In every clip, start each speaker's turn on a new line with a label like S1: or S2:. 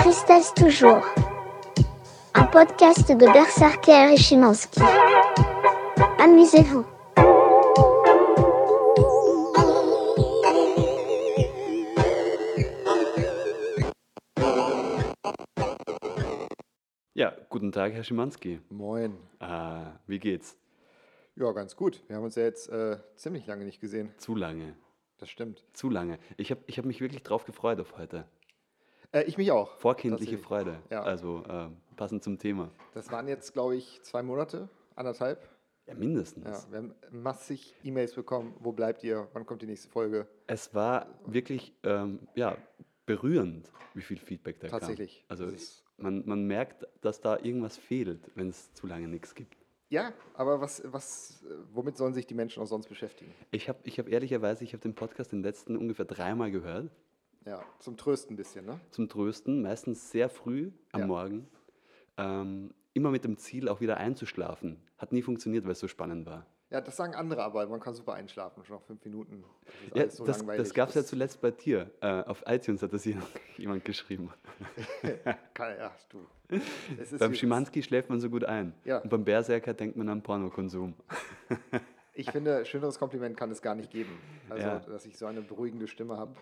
S1: Tristesse toujours. Un podcast de Berserker et Szymanski. Amusez-vous.
S2: Ja, guten Tag, Herr Szymanski.
S3: Moin.
S2: Wie geht's?
S3: Ja, ganz gut. Wir haben uns ja jetzt ziemlich lange nicht gesehen.
S2: Zu lange.
S3: Das stimmt.
S2: Zu lange. Ich hab mich wirklich drauf gefreut auf heute.
S3: Ich mich auch.
S2: Vorkindliche
S3: Tatsächlich.
S2: Freude.
S3: Ja.
S2: Also passend zum Thema.
S3: Das waren jetzt, glaube ich, 2 Monate, 1,5.
S2: Ja, mindestens.
S3: Ja, wir haben massig E-Mails bekommen. Wo bleibt ihr? Wann kommt die nächste Folge?
S2: Es war wirklich berührend, wie viel Feedback da
S3: Tatsächlich.
S2: kam. Also
S3: Das ist-
S2: man merkt, dass da irgendwas fehlt, wenn es zu lange nichts gibt.
S3: Ja, aber womit sollen sich die Menschen auch sonst beschäftigen?
S2: Ich hab ehrlicherweise, den Podcast den letzten ungefähr 3-mal gehört.
S3: Ja, zum Trösten ein bisschen, ne?
S2: Zum Trösten, meistens sehr früh am
S3: Ja.
S2: Morgen. Immer mit dem Ziel, auch wieder einzuschlafen. Hat nie funktioniert, weil es so spannend war.
S3: Ja, das sagen andere, aber man kann super einschlafen, schon nach 5 Minuten. Das ist
S2: Ja,
S3: alles so langweilig.
S2: das gab es ja zuletzt bei dir. Auf iTunes hat das jemand geschrieben.
S3: Ja, du. Es ist
S2: Beim
S3: wie-
S2: Szymanski schläft man so gut ein.
S3: Ja.
S2: Und beim Berserker denkt man an Pornokonsum.
S3: Ich finde, schöneres Kompliment kann es gar nicht geben. Also,
S2: Ja.
S3: dass ich so eine beruhigende Stimme habe,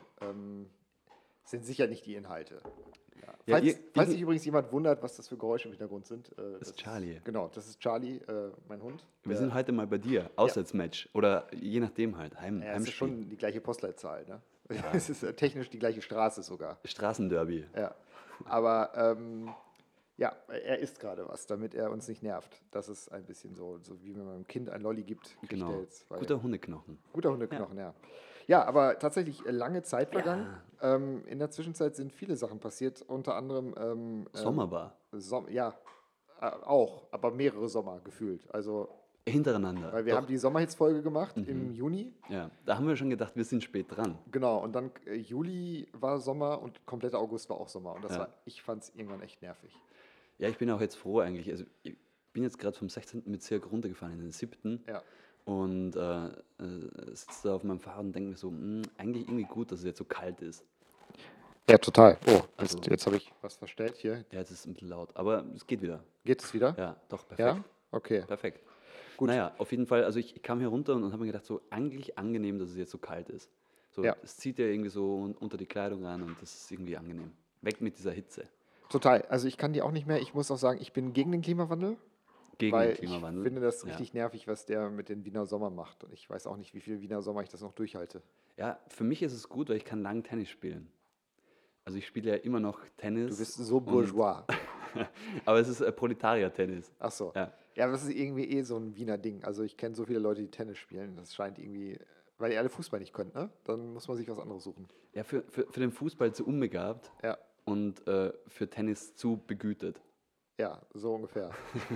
S3: sind sicher nicht die Inhalte. Ja.
S2: Ja,
S3: Falls sich übrigens jemand wundert, was das für Geräusche im Hintergrund sind.
S2: Das ist Charlie.
S3: Genau, das ist Charlie, mein Hund.
S2: Wir sind heute mal bei dir. Auswärtsmatch. Oder je nachdem halt.
S3: Ja, es ist
S2: Heimspiel.
S3: schon die gleiche Postleitzahl. Ne? Es ist technisch die gleiche Straße sogar.
S2: Straßenderby.
S3: Ja. Aber ja, er isst gerade was, damit er uns nicht nervt. Das ist ein bisschen so wie wenn man einem Kind ein Lolli gibt. kriegt
S2: Genau.
S3: er jetzt, weil-
S2: Guter Hundeknochen.
S3: Guter Hundeknochen, ja. Ja, aber tatsächlich lange Zeit vergangen. In der Zwischenzeit sind viele Sachen passiert, unter anderem
S2: Sommer war.
S3: Ja, auch, aber mehrere Sommer gefühlt. Also,
S2: Hintereinander.
S3: weil wir
S2: Doch.
S3: haben die Sommerhitsfolge gemacht im Juni.
S2: Ja, da haben wir schon gedacht, wir sind spät dran.
S3: Genau, und dann Juli war Sommer und kompletter August war auch Sommer. Und ich fand es irgendwann echt nervig.
S2: Ja, ich bin auch jetzt froh eigentlich. Also ich bin jetzt gerade vom 16. Bezirk runtergefahren in den 7.
S3: Ja.
S2: Und sitze da auf meinem Fahrrad und denke mir so, eigentlich irgendwie gut, dass es jetzt so kalt ist.
S3: Ja, total. Oh,
S2: Also-
S3: jetzt habe ich was verstellt hier.
S2: Ja, jetzt ist es ein bisschen laut, aber es geht wieder.
S3: Geht es wieder?
S2: Ja, doch, perfekt.
S3: Ja? Okay.
S2: Perfekt.
S3: Gut.
S2: Naja, auf jeden Fall, also ich kam hier runter und habe mir gedacht, so eigentlich angenehm, dass es jetzt so kalt ist. So,
S3: Ja.
S2: es zieht ja irgendwie so unter die Kleidung rein und das ist irgendwie angenehm. Weg mit dieser Hitze.
S3: Total. Also ich kann die auch nicht mehr. Ich muss auch sagen, ich bin gegen den Klimawandel.
S2: Gegen
S3: Weil
S2: den Klimawandel.
S3: ich finde das
S2: Ja.
S3: richtig nervig, was der mit den Wiener Sommer macht. Und ich weiß auch nicht, wie viel Wiener Sommer ich das noch durchhalte.
S2: Ja, für mich ist es gut, weil ich kann lang Tennis spielen. Also ich spiele ja immer noch Tennis.
S3: Du bist so
S2: und-
S3: bourgeois.
S2: Aber es ist Proletarier-Tennis.
S3: Ach so.
S2: Ja.
S3: Ja, das ist irgendwie so ein Wiener Ding. Also ich kenne so viele Leute, die Tennis spielen. Das scheint irgendwie, weil ihr alle Fußball nicht könnt, ne? Dann muss man sich was anderes suchen.
S2: Ja, für den Fußball zu unbegabt
S3: Ja,
S2: und für Tennis zu begütet.
S3: ja, so ungefähr.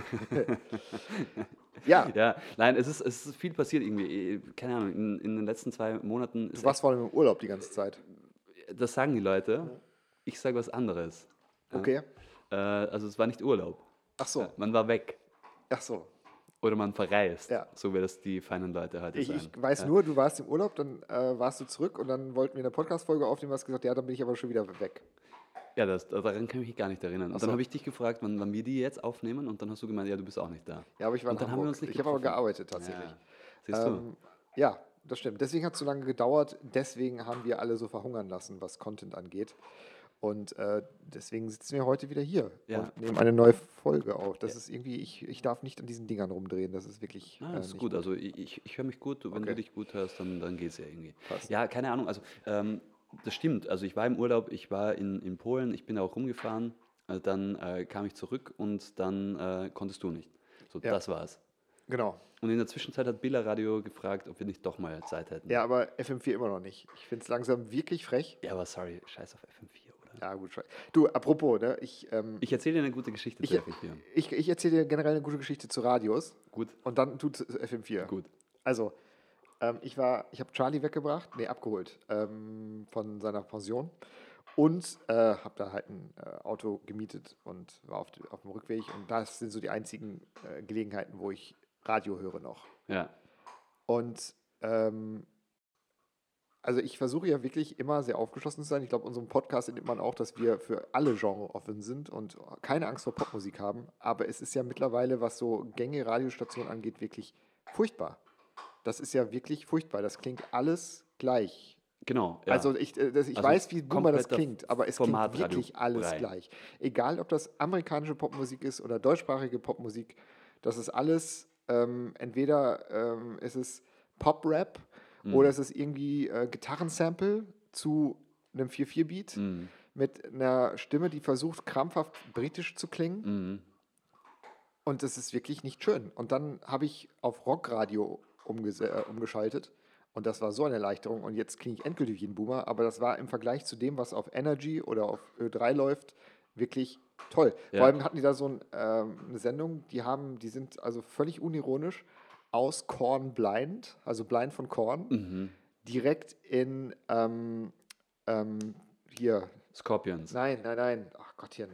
S3: Ja,
S2: Ja, nein, es ist viel passiert irgendwie. Keine Ahnung, in den letzten 2 Monaten.
S3: du warst vor allem im Urlaub die ganze Zeit.
S2: Das sagen die Leute. Ich sage was anderes. Ja.
S3: Okay.
S2: Also es war nicht Urlaub.
S3: Ach so.
S2: Ja, man war weg.
S3: Ach so.
S2: Oder man verreist.
S3: Ja.
S2: So wie das die feinen Leute heute
S3: Ich
S2: sagen.
S3: weiß
S2: Ja.
S3: nur, du warst im Urlaub, dann warst du zurück und dann wollten wir eine Podcast-Folge aufnehmen. Du hast gesagt, ja, dann bin ich aber schon wieder weg.
S2: Ja, daran kann ich mich gar nicht erinnern. Und
S3: Ach
S2: dann
S3: so.
S2: habe ich dich gefragt, wann wir die jetzt aufnehmen und dann hast du gemeint, ja, du bist auch nicht da.
S3: Ja, aber ich war
S2: Und
S3: in
S2: dann haben wir
S3: Hamburg.
S2: uns nicht
S3: Ich habe aber
S2: getroffen.
S3: gearbeitet tatsächlich.
S2: Ja. Siehst du?
S3: Ja, das stimmt. Deswegen hat es so lange gedauert. Deswegen haben wir alle so verhungern lassen, was Content angeht. Und deswegen sitzen wir heute wieder hier
S2: Ja.
S3: und nehmen eine neue Folge auf. Das ist irgendwie, ich darf nicht an diesen Dingern rumdrehen. Das ist wirklich
S2: Das ist
S3: nicht
S2: gut. Also ich höre mich gut. Wenn
S3: Okay.
S2: du dich gut hörst, dann geht es ja irgendwie.
S3: Passt.
S2: Ja, keine Ahnung. Also das stimmt. Also ich war im Urlaub, ich war in Polen, ich bin da auch rumgefahren. Dann kam ich zurück und dann konntest du nicht. So,
S3: Ja.
S2: das war's.
S3: Genau.
S2: Und in der Zwischenzeit hat Billa Radio gefragt, ob wir nicht doch mal Zeit hätten.
S3: Ja, aber FM4 immer noch nicht. Ich finde es langsam wirklich frech.
S2: Ja, aber sorry, scheiß auf FM4, oder?
S3: Ja, gut. Du, apropos, ne? Ich
S2: Ich erzähle dir eine gute Geschichte zu FM4.
S3: erzähle dir generell eine gute Geschichte zu Radios
S2: Gut,
S3: und dann tut FM4.
S2: gut.
S3: Also, ich habe Charlie abgeholt von seiner Pension und habe da halt ein Auto gemietet und war auf dem Rückweg. Und das sind so die einzigen Gelegenheiten, wo ich Radio höre noch.
S2: Ja.
S3: Und Also ich versuche ja wirklich immer sehr aufgeschlossen zu sein. Ich glaube, unserem Podcast entdeckt man auch, dass wir für alle Genres offen sind und keine Angst vor Popmusik haben. Aber es ist ja mittlerweile, was so Gänge Radiostationen angeht, wirklich furchtbar. Das ist ja wirklich furchtbar. Das klingt alles gleich.
S2: Genau, ja.
S3: Also ich
S2: Also
S3: weiß, wie boomer das
S2: kompletter
S3: klingt, aber es klingt wirklich alles
S2: Formatradio-Brei.
S3: gleich. Egal, ob das amerikanische Popmusik ist oder deutschsprachige Popmusik, das ist alles, entweder ist es Pop-Rap oder es ist irgendwie Gitarrensample zu einem 4/4-Beat mit einer Stimme, die versucht, krampfhaft britisch zu klingen. Und das ist wirklich nicht schön. Und dann habe ich auf Rockradio umgeschaltet. Und das war so eine Erleichterung. Und jetzt klinge ich endgültig wie ein Boomer. Aber das war im Vergleich zu dem, was auf Energy oder auf Ö3 läuft, wirklich toll. Vor
S2: Ja.
S3: allem hatten die da so eine Sendung, die sind also völlig unironisch aus Korn Blind, also Blind von Korn, direkt in hier,
S2: Scorpions.
S3: nein, ach Gottchen,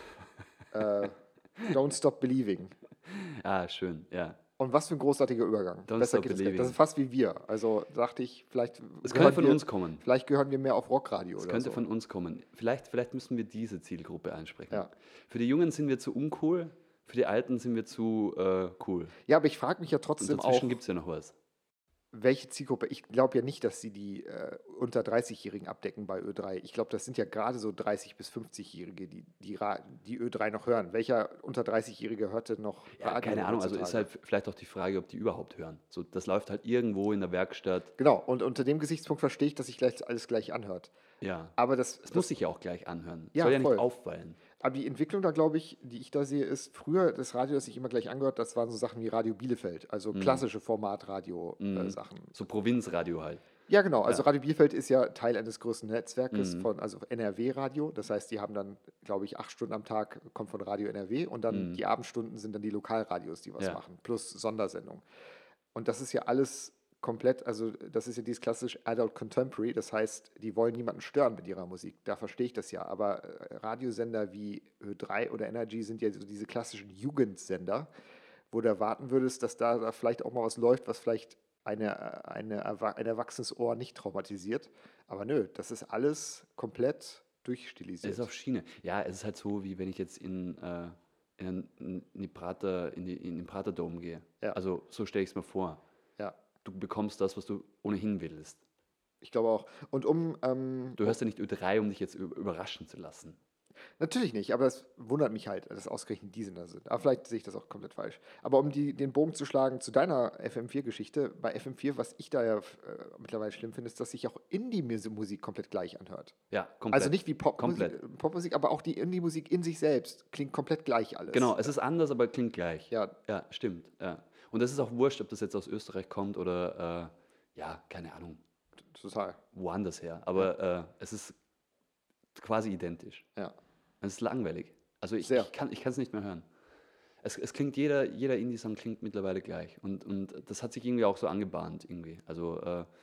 S3: Don't Stop Believing.
S2: Ah, schön, ja.
S3: Und was für ein großartiger Übergang.
S2: Don't
S3: Besser
S2: Stop
S3: geht es nicht.
S2: Believing.
S3: Das ist fast wie wir. Also dachte ich, vielleicht
S2: Es könnte von uns kommen.
S3: Vielleicht gehören wir mehr auf Rockradio
S2: Es
S3: oder
S2: könnte
S3: so.
S2: von uns kommen. Vielleicht müssen wir diese Zielgruppe ansprechen.
S3: Ja.
S2: Für die Jungen sind wir zu uncool, für die Alten sind wir zu cool.
S3: Ja, aber ich frage mich ja
S2: Und
S3: trotzdem auch,
S2: dazwischen gibt es ja noch was.
S3: welche Zielgruppe. Ich glaube ja nicht, dass sie die unter 30-Jährigen abdecken bei Ö3. Ich glaube, das sind ja gerade so 30- bis 50-Jährige, die Ö3 noch hören. Welcher unter 30-Jährige hört denn noch
S2: Ja,
S3: Radio
S2: keine Ahnung, also ist
S3: heutzutage?
S2: halt vielleicht auch die Frage, ob die überhaupt hören. So, das läuft halt irgendwo in der Werkstatt.
S3: Genau, und unter dem Gesichtspunkt verstehe ich, dass sich gleich alles gleich anhört.
S2: Ja.
S3: Aber
S2: Es muss sich ja auch gleich anhören.
S3: Ja,
S2: Soll ja nicht
S3: voll.
S2: auffallen.
S3: Aber die Entwicklung da, glaube ich, die ich da sehe, ist früher das Radio, das sich immer gleich angehört, das waren so Sachen wie Radio Bielefeld, also klassische Formatradio-Sachen.
S2: So Provinzradio halt.
S3: Ja, genau. Also Radio Bielefeld ist ja Teil eines größten Netzwerkes also NRW-Radio. Das heißt, die haben dann, glaube ich, 8 Stunden am Tag kommt von Radio NRW und dann die Abendstunden sind dann die Lokalradios, die was
S2: Ja.
S3: machen, plus Sondersendungen. Und das ist ja alles komplett, also das ist ja dieses klassisch Adult Contemporary, das heißt, die wollen niemanden stören mit ihrer Musik, da verstehe ich das ja, aber Radiosender wie Ö3 oder Energy sind ja so diese klassischen Jugendsender, wo du erwarten würdest, dass da vielleicht auch mal was läuft, was vielleicht ein erwachsenes Ohr nicht traumatisiert, aber nö, das ist alles komplett
S2: Es
S3: durchstilisiert.
S2: ist auf Schiene. Ja, es ist halt so, wie wenn ich jetzt in den Prater Dome gehe.
S3: Ja.
S2: Also so stelle ich es mir vor.
S3: Ja,
S2: Du bekommst das, was du ohnehin willst.
S3: ich glaube auch. Und
S2: Du hörst ja nicht Ö3, um dich jetzt überraschen zu lassen.
S3: natürlich nicht, aber es wundert mich halt, dass ausgerechnet die Sender sind. Aber vielleicht sehe ich das auch komplett falsch. Aber um den Bogen zu schlagen zu deiner FM4-Geschichte, bei FM4, was ich da ja mittlerweile schlimm finde, ist, dass sich auch Indie-Musik komplett gleich anhört.
S2: Ja, komplett.
S3: Also nicht wie
S2: Komplett.
S3: Popmusik, aber auch die Indie-Musik in sich selbst klingt komplett gleich alles.
S2: Genau, es ist anders, aber klingt gleich.
S3: Ja,
S2: Ja, stimmt. Ja. Und das ist auch wurscht, ob das jetzt aus Österreich kommt oder, ja, keine Ahnung,
S3: total.
S2: woanders her. Aber es ist quasi identisch.
S3: Ja.
S2: Es ist langweilig. Also
S3: Sehr.
S2: ich kann es nicht mehr hören. Es klingt, jeder Indie-Song klingt mittlerweile gleich. Und das hat sich irgendwie auch so angebahnt irgendwie. Also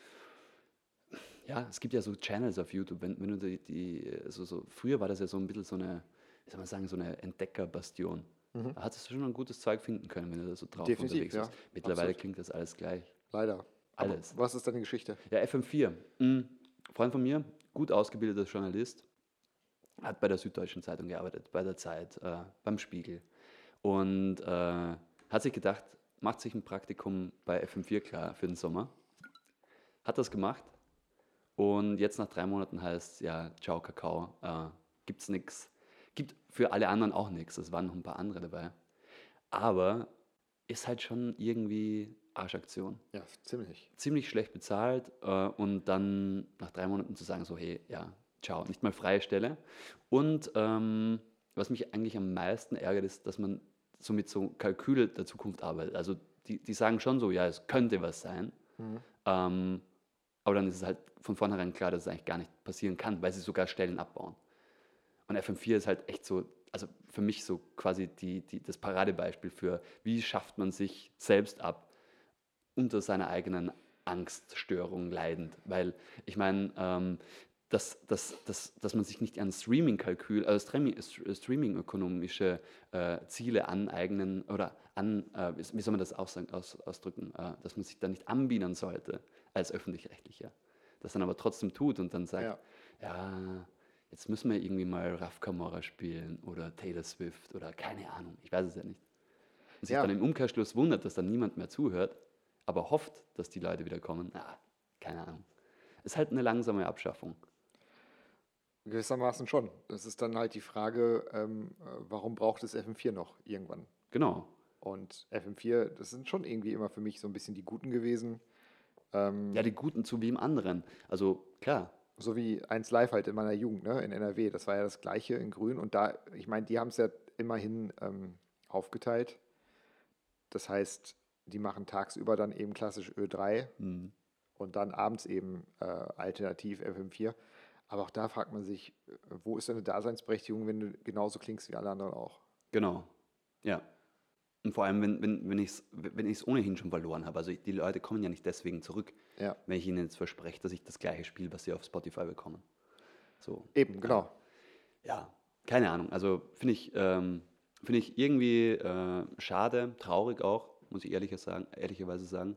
S2: ja, es gibt ja so Channels auf YouTube, wenn du früher war das ja so ein bisschen so eine, wie soll man sagen, so eine Entdeckerbastion. Da hattest du schon ein gutes Zeug finden können, wenn du da so drauf
S3: Definitiv,
S2: unterwegs
S3: ja.
S2: bist. Mittlerweile
S3: Absolut.
S2: klingt das alles gleich.
S3: Leider.
S2: Alles.
S3: Aber was ist deine Geschichte?
S2: Ja, FM4. Freund von mir, gut ausgebildeter Journalist, hat bei der Süddeutschen Zeitung gearbeitet, bei der Zeit, beim Spiegel. Und hat sich gedacht, macht sich ein Praktikum bei FM4 klar für den Sommer. Hat das gemacht. Und jetzt nach 3 Monaten heißt ja, ciao Kakao, gibt's nix. Gibt für alle anderen auch nichts. Es waren noch ein paar andere dabei. Aber ist halt schon irgendwie Arschaktion.
S3: Ja, ziemlich.
S2: Ziemlich schlecht bezahlt und dann nach 3 Monaten zu sagen, so hey, ja, ciao, nicht mal freie Stelle. Und was mich eigentlich am meisten ärgert, ist, dass man so mit so Kalkül der Zukunft arbeitet. Also die sagen schon so, ja, es könnte was sein, aber dann ist es halt von vornherein klar, dass es eigentlich gar nicht passieren kann, weil sie sogar Stellen abbauen. Und FM4 ist halt echt so, also für mich so quasi das Paradebeispiel für, wie schafft man sich selbst ab, unter seiner eigenen Angststörung leidend. Weil ich meine, dass man sich nicht an Streaming-Kalkül, Streaming-ökonomische Ziele aneignen oder wie soll man das ausdrücken, dass man sich da nicht anbieten sollte als Öffentlich-Rechtlicher. das dann aber trotzdem tut und dann sagt,
S3: Ja.
S2: ja, jetzt müssen wir irgendwie mal Raf Camora spielen oder Taylor Swift oder keine Ahnung, ich weiß es ja nicht. Und sich
S3: Ja.
S2: dann im Umkehrschluss wundert, dass dann niemand mehr zuhört, aber hofft, dass die Leute wieder kommen, keine Ahnung. Ist halt eine langsame Abschaffung.
S3: Gewissermaßen schon. Das ist dann halt die Frage, warum braucht es FM4 noch irgendwann?
S2: Genau.
S3: Und FM4, das sind schon irgendwie immer für mich so ein bisschen die Guten gewesen.
S2: Ja, die Guten zu wem anderen. Also klar,
S3: So wie 1 Live halt in meiner Jugend, ne, in NRW. Das war ja das Gleiche in Grün. Und da, ich meine, die haben es ja immerhin aufgeteilt. Das heißt, die machen tagsüber dann eben klassisch Ö3 und dann abends eben alternativ FM4. Aber auch da fragt man sich, wo ist deine Daseinsberechtigung, wenn du genauso klingst wie alle anderen auch?
S2: genau. Ja. Und vor allem, wenn ich es ohnehin schon verloren habe. Also die Leute kommen ja nicht deswegen zurück,
S3: Ja,
S2: wenn ich ihnen jetzt verspreche, dass ich das gleiche Spiel, was sie auf Spotify bekommen. So.
S3: eben, genau.
S2: Ja, keine Ahnung. Also finde ich irgendwie schade, traurig auch, muss ich ehrlicherweise sagen.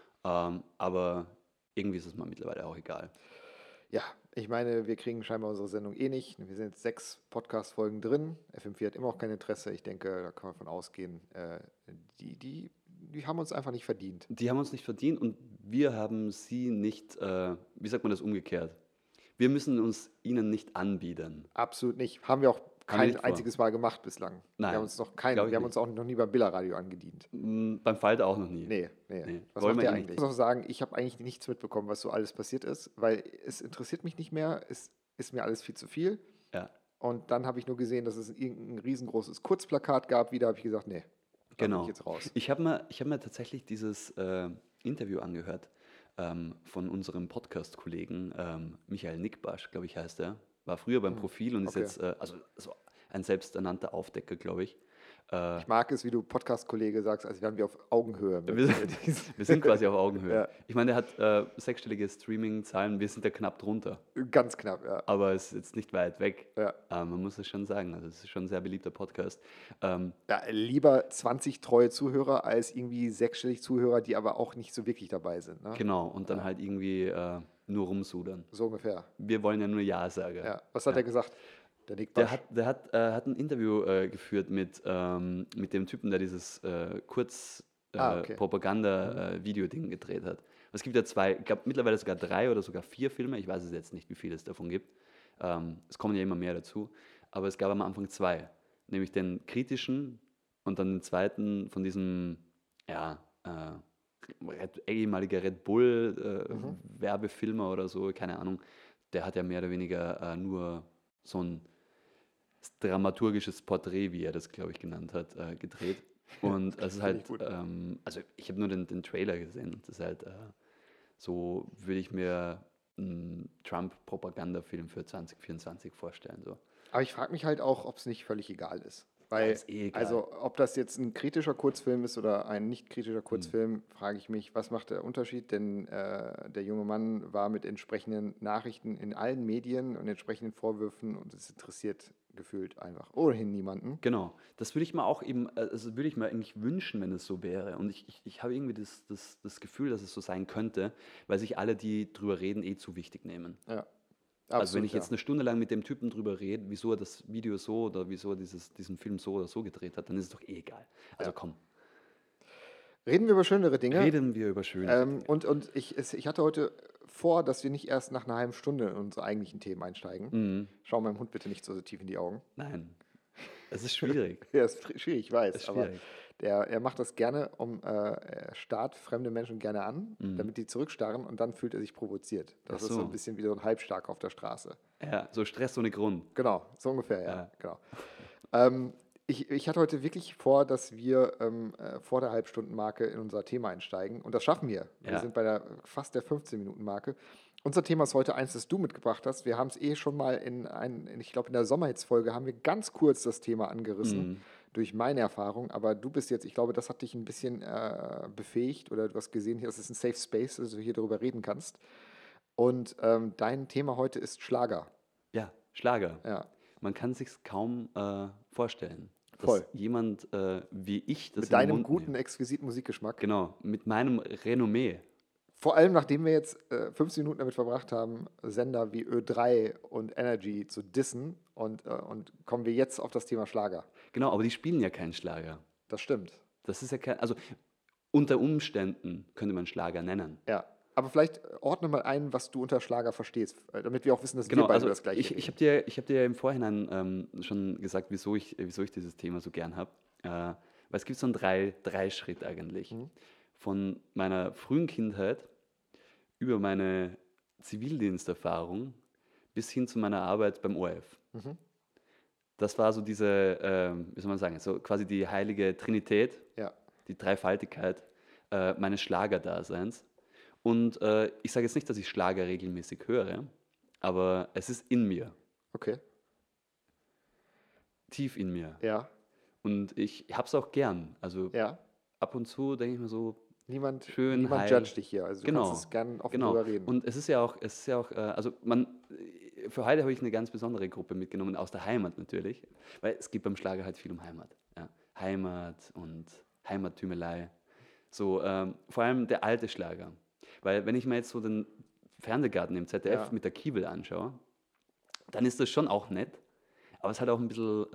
S2: Aber irgendwie ist es mir mittlerweile auch egal.
S3: Ja, ich meine, wir kriegen scheinbar unsere Sendung eh nicht. Wir sind jetzt 6 Podcast-Folgen drin. FM4 hat immer auch kein Interesse. Ich denke, da kann man von ausgehen, die haben uns einfach nicht verdient.
S2: Die haben uns nicht verdient und wir haben sie nicht, wie sagt man das umgekehrt? Wir müssen uns ihnen nicht anbieten.
S3: Absolut nicht. Haben wir auch
S2: Haben wir
S3: kein
S2: nicht vor.
S3: einziges Mal gemacht bislang.
S2: Nein,
S3: Wir haben uns
S2: glaub ich
S3: wir haben uns auch noch nie beim Billa-Radio angedient.
S2: Beim Falter auch noch nie.
S3: Nee.
S2: Nee,
S3: Was
S2: wollen
S3: macht
S2: wir
S3: der
S2: eh
S3: eigentlich?
S2: nicht.
S3: Ich muss auch sagen, ich habe eigentlich nichts mitbekommen, was so alles passiert ist, weil es interessiert mich nicht mehr. Es ist mir alles viel zu viel.
S2: Ja,
S3: Und dann habe ich nur gesehen, dass es irgendein riesengroßes Kurzplakat gab. Wieder habe ich gesagt, nee, da bin
S2: genau.
S3: ich jetzt raus.
S2: Ich hab mir tatsächlich dieses Interview angehört von unserem Podcast-Kollegen Michael Nickbasch, glaube ich, heißt er. War früher beim Profil und ist
S3: okay.
S2: jetzt also so ein selbsternannter Aufdecker, glaube ich.
S3: Ich mag es, wie du Podcast-Kollege sagst, als wären wir auf Augenhöhe.
S2: Wir sind quasi auf Augenhöhe.
S3: Ja.
S2: Ich meine, der hat sechsstellige Streaming-Zahlen, wir sind da knapp drunter.
S3: Ganz knapp, ja.
S2: Aber es ist jetzt nicht weit weg.
S3: Ja.
S2: Man muss es schon sagen. Also es ist schon ein sehr beliebter Podcast.
S3: Ja, lieber 20 treue Zuhörer als irgendwie 6-stellig Zuhörer, die aber auch nicht so wirklich dabei sind. Ne?
S2: Genau, und dann halt irgendwie nur rumsudern.
S3: So ungefähr.
S2: Wir wollen ja nur Ja-Sager.
S3: Ja. Was hat er gesagt? Der Nick
S2: Der
S3: Basch.
S2: hat ein Interview geführt mit dem Typen, der dieses
S3: Okay.
S2: Propaganda-Video-Ding gedreht hat. Es gibt ja 2, ich glaube mittlerweile sogar 3 oder sogar 4 Filme, ich weiß es jetzt nicht, wie viele es davon gibt. Es kommen ja immer mehr dazu, aber es gab am Anfang 2, nämlich den kritischen und dann den zweiten von diesem, ja, ehemaliger Red Bull Werbefilmer oder so, keine Ahnung. Der hat ja mehr oder weniger nur so ein dramaturgisches Porträt, wie er das, glaube ich, genannt hat, gedreht. Und es ist
S3: Finde ich
S2: halt,
S3: gut.
S2: also ich habe nur den Trailer gesehen. Das ist halt, so würde ich mir einen Trump-Propagandafilm für 2024 vorstellen. So.
S3: Aber ich frage mich halt auch, ob es nicht völlig egal ist. Weil,
S2: ist eh egal.
S3: also ob das jetzt ein kritischer Kurzfilm ist oder ein nicht kritischer Kurzfilm, frage ich mich, was macht der Unterschied? Denn der junge Mann war mit entsprechenden Nachrichten in allen Medien und entsprechenden Vorwürfen und es interessiert gefühlt einfach ohnehin niemanden.
S2: Genau, das würde ich mir auch eben, also würde ich mir eigentlich wünschen, wenn es so wäre. Und ich habe irgendwie das Gefühl, dass es so sein könnte, weil sich alle, die drüber reden, zu wichtig nehmen.
S3: Ja.
S2: Also wenn
S3: Absolut,
S2: ich jetzt eine Stunde lang mit dem Typen drüber rede, wieso er das Video so oder wieso er diesen Film so oder so gedreht hat, dann ist es doch egal. Also komm,
S3: Reden wir über schönere Dinge.
S2: reden wir über schöne Dinge.
S3: Und ich hatte heute vor, dass wir nicht erst nach einer halben Stunde in unsere eigentlichen Themen einsteigen. Schau meinem Hund bitte nicht so tief in die Augen.
S2: Nein, es ist schwierig.
S3: Ja, ist schwierig, ich weiß.
S2: Ist
S3: Aber
S2: schwierig.
S3: er macht das gerne, er starrt fremde Menschen gerne an, damit die zurückstarren und dann fühlt er sich provoziert. Das
S2: Ach
S3: ist so
S2: so.
S3: ein bisschen wie so ein Halbstark auf der Straße.
S2: Ja, so Stress ohne Grund.
S3: Genau, so ungefähr, ja.
S2: Ja.
S3: Genau. Ich hatte heute wirklich vor, dass wir vor der Halbstundenmarke in unser Thema einsteigen. Und das schaffen wir. Wir
S2: Ja.
S3: sind bei fast der 15-Minuten-Marke. Unser Thema ist heute eins, das du mitgebracht hast. Wir haben es schon mal ich glaube in der Sommerhits-Folge haben wir ganz kurz das Thema angerissen, durch meine Erfahrung. Aber du bist jetzt, ich glaube, das hat dich ein bisschen befähigt oder du hast gesehen, das ist ein Safe Space, dass du hier darüber reden kannst. Und dein Thema heute ist Schlager.
S2: Ja, Schlager.
S3: Ja.
S2: Man kann sich kaum vorstellen, dass
S3: Voll.
S2: jemand wie ich das
S3: Mit
S2: in den
S3: deinem
S2: Mund
S3: guten,
S2: nimmt.
S3: exquisiten Musikgeschmack.
S2: Genau, mit meinem Renommee.
S3: Vor allem, nachdem wir jetzt 15 Minuten damit verbracht haben, Sender wie Ö3 und Energy zu dissen und kommen wir jetzt auf das Thema Schlager.
S2: Genau, aber die spielen ja keinen Schlager.
S3: Das stimmt.
S2: Das ist ja kein, also unter Umständen könnte man Schlager nennen.
S3: Ja. Aber vielleicht ordne mal ein, was du unter Schlager verstehst, damit wir auch wissen, dass wir
S2: Genau,
S3: beide
S2: also
S3: über das Gleiche
S2: ich
S3: reden.
S2: ich hab dir ja im Vorhinein schon gesagt, wieso ich dieses Thema so gern habe. Weil es gibt so einen Drei-Schritt eigentlich. Von meiner frühen Kindheit über meine Zivildiensterfahrung bis hin zu meiner Arbeit beim ORF. Das war so diese, wie soll man sagen, so quasi die heilige Trinität,
S3: Ja,
S2: die Dreifaltigkeit meines Schlagerdaseins. Und ich sage jetzt nicht, dass ich Schlager regelmäßig höre, aber es ist in mir,
S3: okay.
S2: tief in mir.
S3: Ja,
S2: Und ich habe es auch gern. Also
S3: ja.
S2: ab und zu denke ich mir so,
S3: Niemand
S2: schön, heil.
S3: judgt dich hier. Also du
S2: Genau,
S3: kannst es gern offen
S2: genau.
S3: drüber reden.
S2: Und es ist ja auch, also für heute habe ich eine ganz besondere Gruppe mitgenommen, aus der Heimat natürlich, weil es geht beim Schlager halt viel um Heimat. Ja. Heimat und Heimattümelei. So, vor allem der alte Schlager. Weil wenn ich mir jetzt so den Fernsehgarten im ZDF
S3: Ja.
S2: mit der Kiebel anschaue, dann ist das schon auch nett, aber es ist halt auch ein bisschen,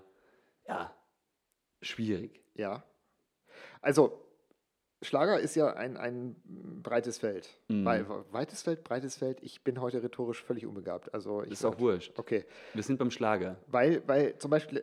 S2: ja, schwierig.
S3: Ja. Also, Schlager ist ja ein breites Feld. Weites Feld, breites Feld. Ich bin heute rhetorisch völlig unbegabt. Also ich
S2: Ist auch wurscht.
S3: Okay.
S2: Wir sind beim Schlager.
S3: Weil zum Beispiel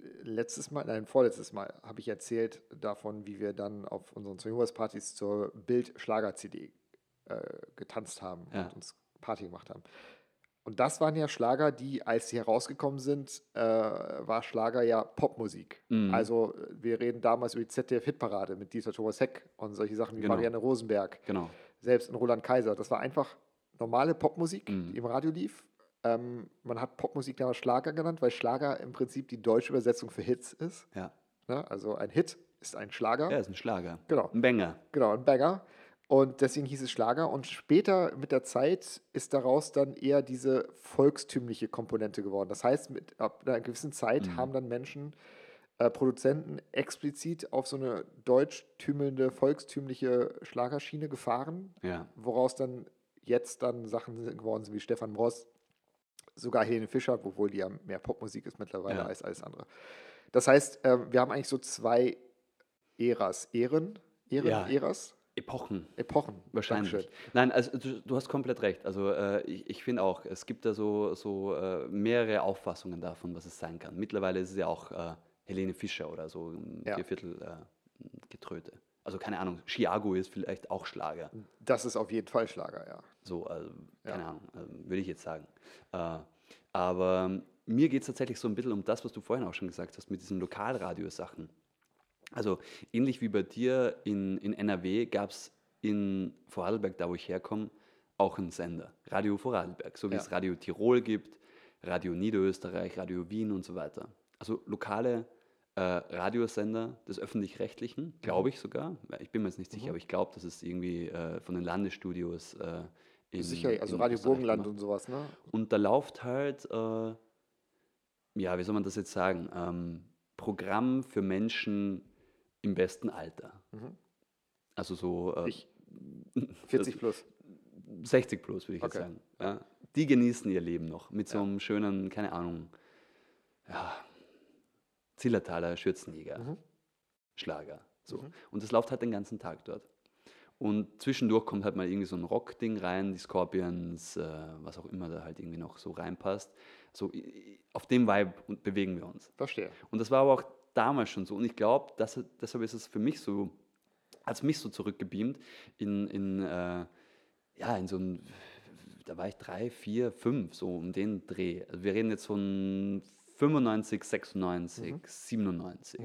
S3: vorletztes Mal habe ich erzählt davon, wie wir dann auf unseren Partys zur Bild-Schlager-CD getanzt haben
S2: Ja.
S3: und uns Party gemacht haben. Und das waren ja Schlager, die, als sie herausgekommen sind, war Schlager ja Popmusik. Also wir reden damals über die ZDF-Hitparade mit Dieter Thomas Heck und solche Sachen wie
S2: Genau.
S3: Marianne Rosenberg,
S2: Genau.
S3: selbst in Roland Kaiser. Das war einfach normale Popmusik, die im Radio lief. Man hat Popmusik damals Schlager genannt, weil Schlager im Prinzip die deutsche Übersetzung für Hits ist.
S2: Ja.
S3: Ne? Also ein Hit ist ein Schlager.
S2: Ja, ist ein Schlager.
S3: Genau.
S2: Ein Banger.
S3: Genau, ein Banger. Und deswegen hieß es Schlager. Und später mit der Zeit ist daraus dann eher diese volkstümliche Komponente geworden. Das heißt, ab einer gewissen Zeit haben dann Menschen, Produzenten explizit auf so eine deutschtümelnde, volkstümliche Schlagerschiene gefahren,
S2: Ja.
S3: woraus dann jetzt dann Sachen geworden sind wie Stefan Mross, sogar Helene Fischer, obwohl die ja mehr Popmusik ist mittlerweile
S2: Ja.
S3: als alles andere. Das heißt, wir haben eigentlich so zwei Eras.
S2: Ja.
S3: Eras?
S2: Epochen.
S3: Epochen.
S2: Wahrscheinlich.
S3: Dankeschön.
S2: Nein, also du hast komplett recht. Also ich finde auch, es gibt da so mehrere Auffassungen davon, was es sein kann. Mittlerweile ist es ja auch Helene Fischer oder so ein
S3: Ja.
S2: Vierviertel Getröte. Also keine Ahnung, Chiago ist vielleicht auch Schlager.
S3: Das ist auf jeden Fall Schlager, ja.
S2: So, keine Ahnung, würde ich jetzt sagen. Aber mir geht es tatsächlich so ein bisschen um das, was du vorhin auch schon gesagt hast, mit diesen Lokalradiosachen. Also ähnlich wie bei dir in NRW gab es in Vorarlberg, da wo ich herkomme, auch einen Sender, Radio Vorarlberg, so wie
S3: Ja.
S2: es Radio Tirol gibt, Radio Niederösterreich, Radio Wien und so weiter. Also lokale Radiosender des Öffentlich-Rechtlichen, glaube ich sogar. Ich bin mir jetzt nicht sicher, aber ich glaube, dass es irgendwie von den Landesstudios
S3: Sicher, also
S2: in
S3: Radio
S2: Österreich
S3: Burgenland
S2: gemacht.
S3: und sowas, ne?
S2: Und da läuft halt, ja, wie soll man das jetzt sagen, Programm für Menschen im besten Alter. Also so
S3: Ich 40 plus.
S2: 60 plus, würde ich jetzt
S3: Okay.
S2: sagen. Ja. Die genießen ihr Leben noch mit so
S3: Ja.
S2: einem schönen, keine Ahnung, ja, Zillertaler Schürzenjäger, Schlager. So. Und das läuft halt den ganzen Tag dort. Und zwischendurch kommt halt mal irgendwie so ein Rock-Ding rein, die Scorpions, was auch immer da halt irgendwie noch so reinpasst. So auf dem Vibe bewegen wir uns.
S3: Verstehe.
S2: Und das war aber auch damals schon so. Und ich glaube, deshalb ist es für mich so, hat es mich so zurückgebeamt in so ein, da war ich 3, 4, 5, so um den Dreh. Also wir reden jetzt von 95, 96, 97.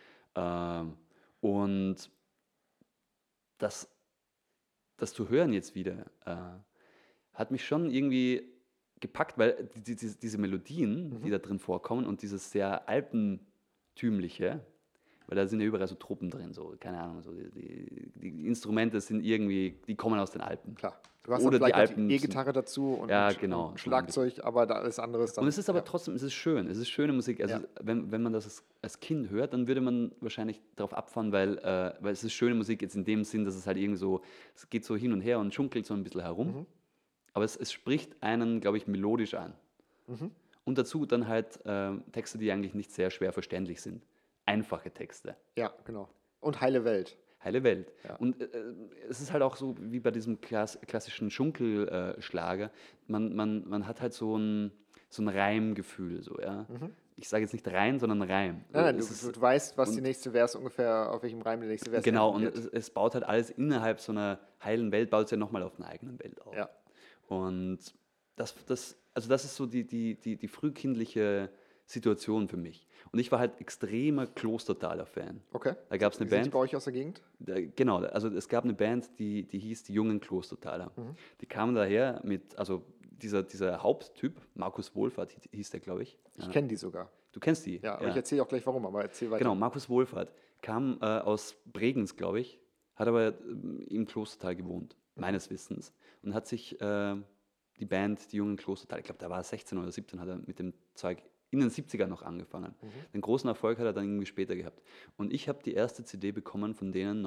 S2: Und das zu hören jetzt wieder, hat mich schon irgendwie gepackt, weil diese Melodien, die da drin vorkommen und dieses sehr alpentümliche, weil da sind ja überall so Truppen drin, so, keine Ahnung, so die Instrumente sind irgendwie, die kommen aus den Alpen.
S3: Klar. Du hast
S2: Oder
S3: dann
S2: die
S3: vielleicht noch
S2: Alpen
S3: die
S2: sind,
S3: E-Gitarre dazu und
S2: ja,
S3: ein
S2: genau,
S3: ein
S2: so ungefähr.
S3: Schlagzeug, aber da alles andere ist
S2: Und
S3: dann,
S2: es ist aber
S3: ja.
S2: trotzdem, es ist schön, es ist schöne Musik. Also
S3: Ja.
S2: wenn man das als Kind hört, dann würde man wahrscheinlich darauf abfahren, weil es ist schöne Musik jetzt in dem Sinn, dass es halt irgendwie so, es geht so hin und her und schunkelt so ein bisschen herum.
S3: Mhm.
S2: Aber es spricht einen, glaube ich, melodisch an.
S3: Mhm.
S2: Und dazu dann halt Texte, die eigentlich nicht sehr schwer verständlich sind. Einfache Texte.
S3: Ja, genau. Und heile Welt.
S2: Heile Welt.
S3: Ja.
S2: Und es ist halt auch so wie bei diesem klassischen Schunkelschlager. Man hat halt so ein Reimgefühl. So, ja? Ich sage jetzt nicht Reim, sondern Reim.
S3: Nein,
S2: Es ist,
S3: du weißt, was die
S2: und-
S3: nächste Vers ungefähr, auf welchem Reim der nächste Vers
S2: genau,
S3: enden
S2: und
S3: wird.
S2: es baut halt alles innerhalb so einer heilen Welt, baut es ja nochmal auf einer eigenen Welt auf.
S3: Ja.
S2: Und das ist so die frühkindliche Situation für mich. Und ich war halt extremer Klostertaler-Fan.
S3: Okay.
S2: Da gab es eine
S3: Sind die
S2: Band,
S3: bei euch aus der Gegend?
S2: genau, also es gab eine Band, die hieß die Jungen Klostertaler. Die kamen daher mit, also dieser Haupttyp, Markus Wohlfahrt hieß der, glaube ich.
S3: Ich kenne die sogar.
S2: Du kennst die?
S3: Ja, aber ich erzähle auch gleich warum, aber erzähl weiter.
S2: Genau, Markus Wohlfahrt kam aus Bregenz, glaube ich, hat aber im Klostertal gewohnt, meines Wissens, und hat sich die Band, die Jungen Klostertal, ich glaube, da war er 16 oder 17, hat er mit dem Zeug in den 70ern noch angefangen. Den großen Erfolg hat er dann irgendwie später gehabt. Und ich habe die erste CD bekommen von denen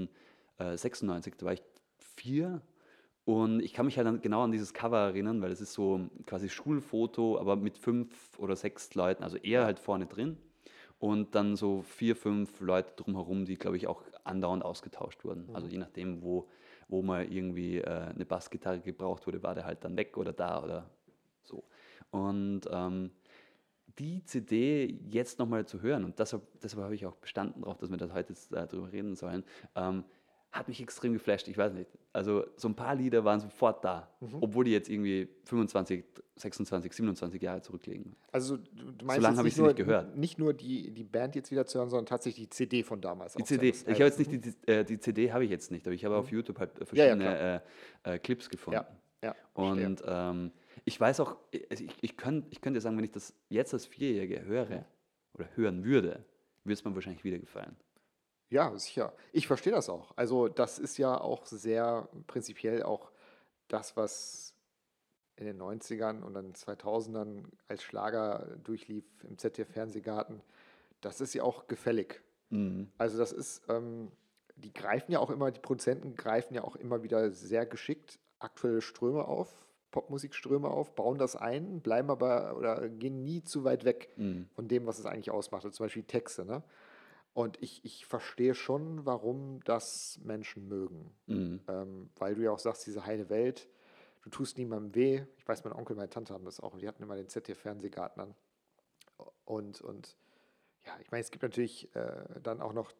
S2: 1996, da war ich 4. Und ich kann mich halt dann genau an dieses Cover erinnern, weil es ist so quasi Schulfoto, aber mit 5 oder 6 Leuten, also er halt vorne drin und dann so 4, 5 Leute drumherum, die, glaube ich, auch andauernd ausgetauscht wurden. Also je nachdem, wo mal irgendwie eine Bassgitarre gebraucht wurde, war der halt dann weg oder da oder so. Und die CD jetzt nochmal zu hören, und deshalb habe ich auch bestanden darauf, dass wir das heute jetzt drüber reden sollen, hat mich extrem geflasht. Ich weiß nicht. Also so ein paar Lieder waren sofort da, obwohl die jetzt irgendwie 25, 26, 27 Jahre zurückliegen.
S3: Also du meinst
S2: So lange
S3: jetzt
S2: habe ich sie
S3: nur,
S2: nicht gehört.
S3: nicht nur die Band jetzt wieder zu hören, sondern tatsächlich die CD von damals.
S2: Die
S3: auch
S2: CD,
S3: zu
S2: ich
S3: hören.
S2: habe jetzt nicht die CD habe ich jetzt nicht, aber ich habe auf YouTube halt verschiedene Clips gefunden.
S3: Ja, verstehe.
S2: Und ich weiß auch, ich könnte sagen, wenn ich das jetzt als Vierjähriger höre oder hören würde es mir wahrscheinlich wieder gefallen.
S3: Ja, sicher. Ich verstehe das auch. Also das ist ja auch sehr prinzipiell auch das, was in den 90ern und dann 2000ern als Schlager durchlief im ZDF-Fernsehgarten. Das ist ja auch gefällig.
S2: Mhm.
S3: Also das ist, die Produzenten greifen ja auch immer wieder sehr geschickt aktuelle Ströme auf, Popmusikströme auf, bauen das ein, bleiben aber oder gehen nie zu weit weg von dem, was es eigentlich ausmacht. Also zum Beispiel Texte, ne? Und ich verstehe schon, warum das Menschen mögen. Weil du ja auch sagst, diese heile Welt, du tust niemandem weh. Ich weiß, mein Onkel, meine Tante haben das auch und die hatten immer den ZDF-Fernsehgarten an. Und ja, ich meine, es gibt natürlich dann auch noch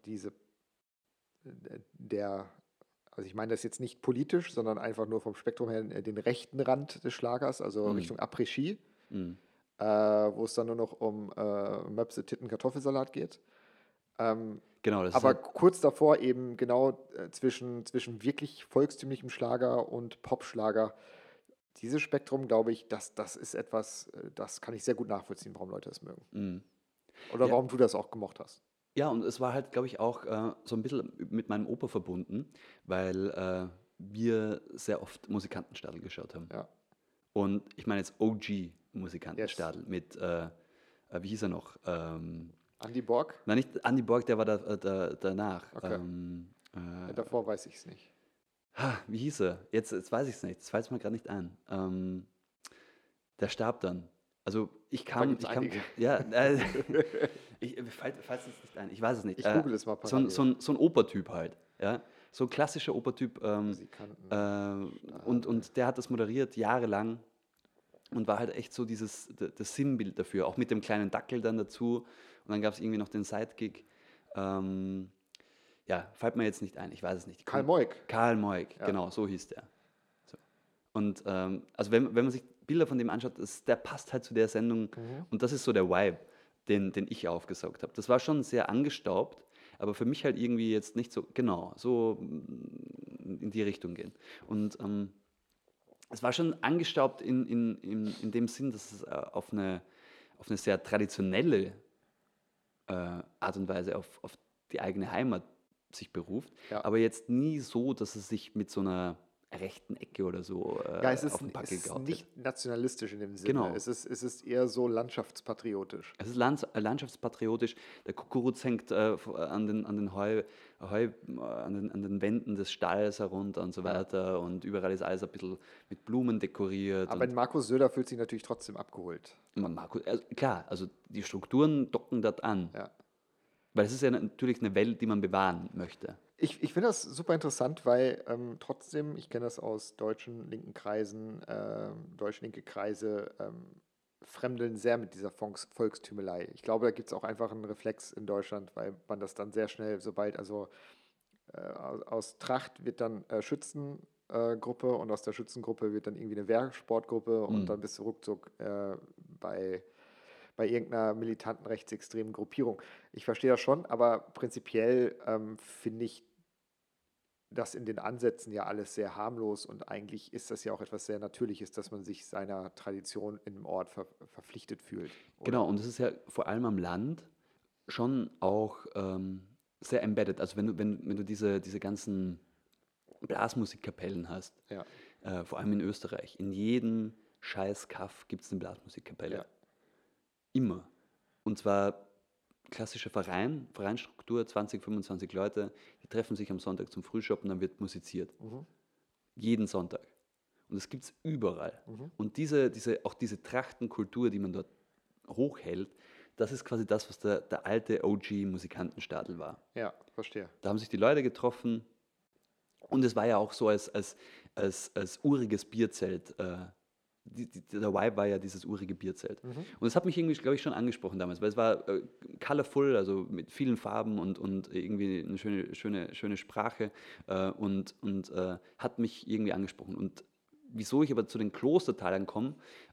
S3: also ich meine das jetzt nicht politisch, sondern einfach nur vom Spektrum her den rechten Rand des Schlagers, also Richtung Après-Ski, wo es dann nur noch um Möpse, Titten, Kartoffelsalat geht.
S2: Genau, das
S3: Aber
S2: ist halt,
S3: kurz davor eben genau zwischen wirklich volkstümlichem Schlager und Popschlager, dieses Spektrum, glaube ich, das ist etwas, das kann ich sehr gut nachvollziehen, warum Leute das mögen. Oder
S2: Ja.
S3: warum du das auch gemocht hast.
S2: ja, und es war halt, glaube ich, auch so ein bisschen mit meinem Opa verbunden, weil wir sehr oft Musikantenstadl geschaut haben.
S3: Ja.
S2: Und ich meine jetzt OG-Musikantenstadl mit, wie hieß er noch?
S3: Andy Borg?
S2: Nein, nicht Andy Borg, der war danach.
S3: Okay. Davor weiß ich es nicht.
S2: Wie hieß er? Jetzt weiß ich es nicht. Das fällt mir gerade nicht ein. Der starb dann. Also
S3: gibt's einige.
S2: ja, fällt es nicht ein. Ich weiß es nicht.
S3: Ich google es mal
S2: so ein
S3: parallel.
S2: Opertyp halt. Ja? So ein klassischer Opertyp.
S3: Musikanten.
S2: Und der hat das moderiert jahrelang und war halt echt so das Sinnbild dafür. Auch mit dem kleinen Dackel dann dazu. Und dann gab es irgendwie noch den Sidekick. Ja, fällt mir jetzt nicht ein. Ich weiß es nicht.
S3: Karl Moik.
S2: Karl Moik,
S3: Ja.
S2: genau, so hieß der. So. Und also wenn man sich Bilder von dem anschaut, der passt halt zu der Sendung und das ist so der Vibe, den ich aufgesaugt habe. Das war schon sehr angestaubt, aber für mich halt irgendwie jetzt nicht so, genau, so in die Richtung gehen. Und es war schon angestaubt in dem Sinn, dass es auf eine sehr traditionelle Art und Weise auf die eigene Heimat sich beruft,
S3: Ja.
S2: aber jetzt nie so, dass es sich mit so einer rechten Ecke oder so
S3: Ja, es
S2: auf
S3: ist,
S2: den
S3: es
S2: Packel
S3: ist
S2: gehaut hätte.
S3: nicht nationalistisch in dem Sinne.
S2: Genau.
S3: Es ist eher so landschaftspatriotisch.
S2: Es ist landschaftspatriotisch. Der Kukuruz hängt an den an den Wänden des Stalls herunter und so
S3: Ja.
S2: weiter. Und überall ist alles ein bisschen mit Blumen dekoriert.
S3: Aber in Markus Söder fühlt sich natürlich trotzdem abgeholt.
S2: Klar, also die Strukturen docken dort an.
S3: Ja.
S2: Weil es ist ja natürlich eine Welt, die man bewahren möchte.
S3: Ich finde das super interessant, weil trotzdem, ich kenne das aus deutschen linken Kreisen, deutsch-linke Kreise fremdeln sehr mit dieser Volkstümelei. Ich glaube, da gibt es auch einfach einen Reflex in Deutschland, weil man das dann sehr schnell, sobald, also aus Tracht wird dann Schützengruppe und aus der Schützengruppe wird dann irgendwie eine Wehrsportgruppe und dann bist du ruckzuck bei irgendeiner militanten rechtsextremen Gruppierung. Ich verstehe das schon, aber prinzipiell finde ich das in den Ansätzen ja alles sehr harmlos und eigentlich ist das ja auch etwas sehr Natürliches, dass man sich seiner Tradition im Ort verpflichtet fühlt. Oder?
S2: Genau, und es ist ja vor allem am Land schon auch sehr embedded. Also wenn du diese ganzen Blasmusikkapellen hast,
S3: Ja,
S2: vor allem in Österreich, in jedem scheiß Kaff gibt es eine Blasmusikkapelle.
S3: ja,
S2: Immer. Und zwar klassischer Vereinsstruktur, 20, 25 Leute, die treffen sich am Sonntag zum Frühschoppen, dann wird musiziert. Jeden Sonntag. Und das gibt es überall. Und auch diese Trachtenkultur, die man dort hochhält, das ist quasi das, was der alte OG-Musikantenstadel war.
S3: ja, verstehe.
S2: Da haben sich die Leute getroffen und es war ja auch so als uriges Bierzelt. Der Vibe war ja dieses urige Bierzelt. Und das hat mich irgendwie, glaube ich, schon angesprochen damals, weil es war colorful, also mit vielen Farben und irgendwie eine schöne Sprache hat mich irgendwie angesprochen. Und wieso ich aber zu den Klostertalern komme,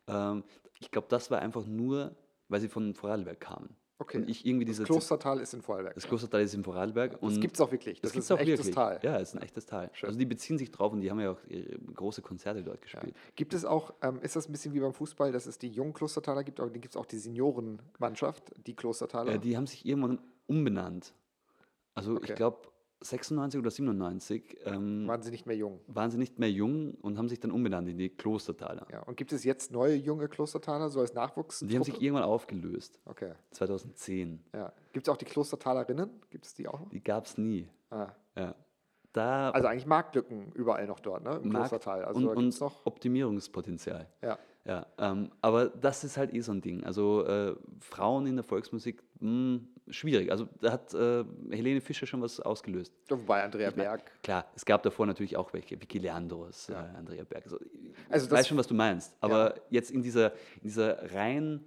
S2: ich glaube, das war einfach nur, weil sie von Vorarlberg kamen.
S3: Okay.
S2: Und ich irgendwie
S3: Das Klostertal ist in Vorarlberg.
S2: Das Klostertal ist in Vorarlberg.
S3: Das gibt es auch wirklich. Das
S2: gibt's
S3: ist ein
S2: auch
S3: echtes
S2: wirklich.
S3: Tal.
S2: Ja, es ist ein echtes Tal.
S3: Schön.
S2: Also die beziehen sich drauf und die haben ja auch große Konzerte dort
S3: Ja.
S2: gespielt.
S3: Gibt es auch, ist das ein bisschen wie beim Fußball, dass es die jungen Klostertaler gibt, aber dann gibt es auch die Seniorenmannschaft, die Klostertaler?
S2: Die haben sich irgendwann umbenannt. Also
S3: Okay.
S2: ich glaube 96 oder 97
S3: Waren sie nicht mehr jung?
S2: waren sie nicht mehr jung und haben sich dann umbenannt in die Klostertaler.
S3: Ja. Und gibt es jetzt neue junge Klostertaler, so als Nachwuchs?
S2: Und die haben sich irgendwann aufgelöst.
S3: Okay.
S2: 2010.
S3: Ja. Gibt es auch die Klostertalerinnen? Gibt es die auch noch?
S2: Die gab es nie.
S3: Ah.
S2: Ja. Da
S3: Also eigentlich Marktlücken überall noch dort, ne? Im Klostertal. Also da gibt's
S2: und
S3: noch.
S2: Optimierungspotenzial.
S3: Ja.
S2: Ja, aber das ist halt so ein Ding. Also Frauen in der Volksmusik, schwierig. Also da hat Helene Fischer schon was ausgelöst.
S3: Wobei Andrea
S2: Ich mein,
S3: Berg.
S2: klar, es gab davor natürlich auch welche, Vicky Leandros,
S3: Ja.
S2: Andrea Berg. Also,
S3: Also
S2: ich
S3: das-
S2: weiß schon, was du meinst. Aber jetzt in dieser rein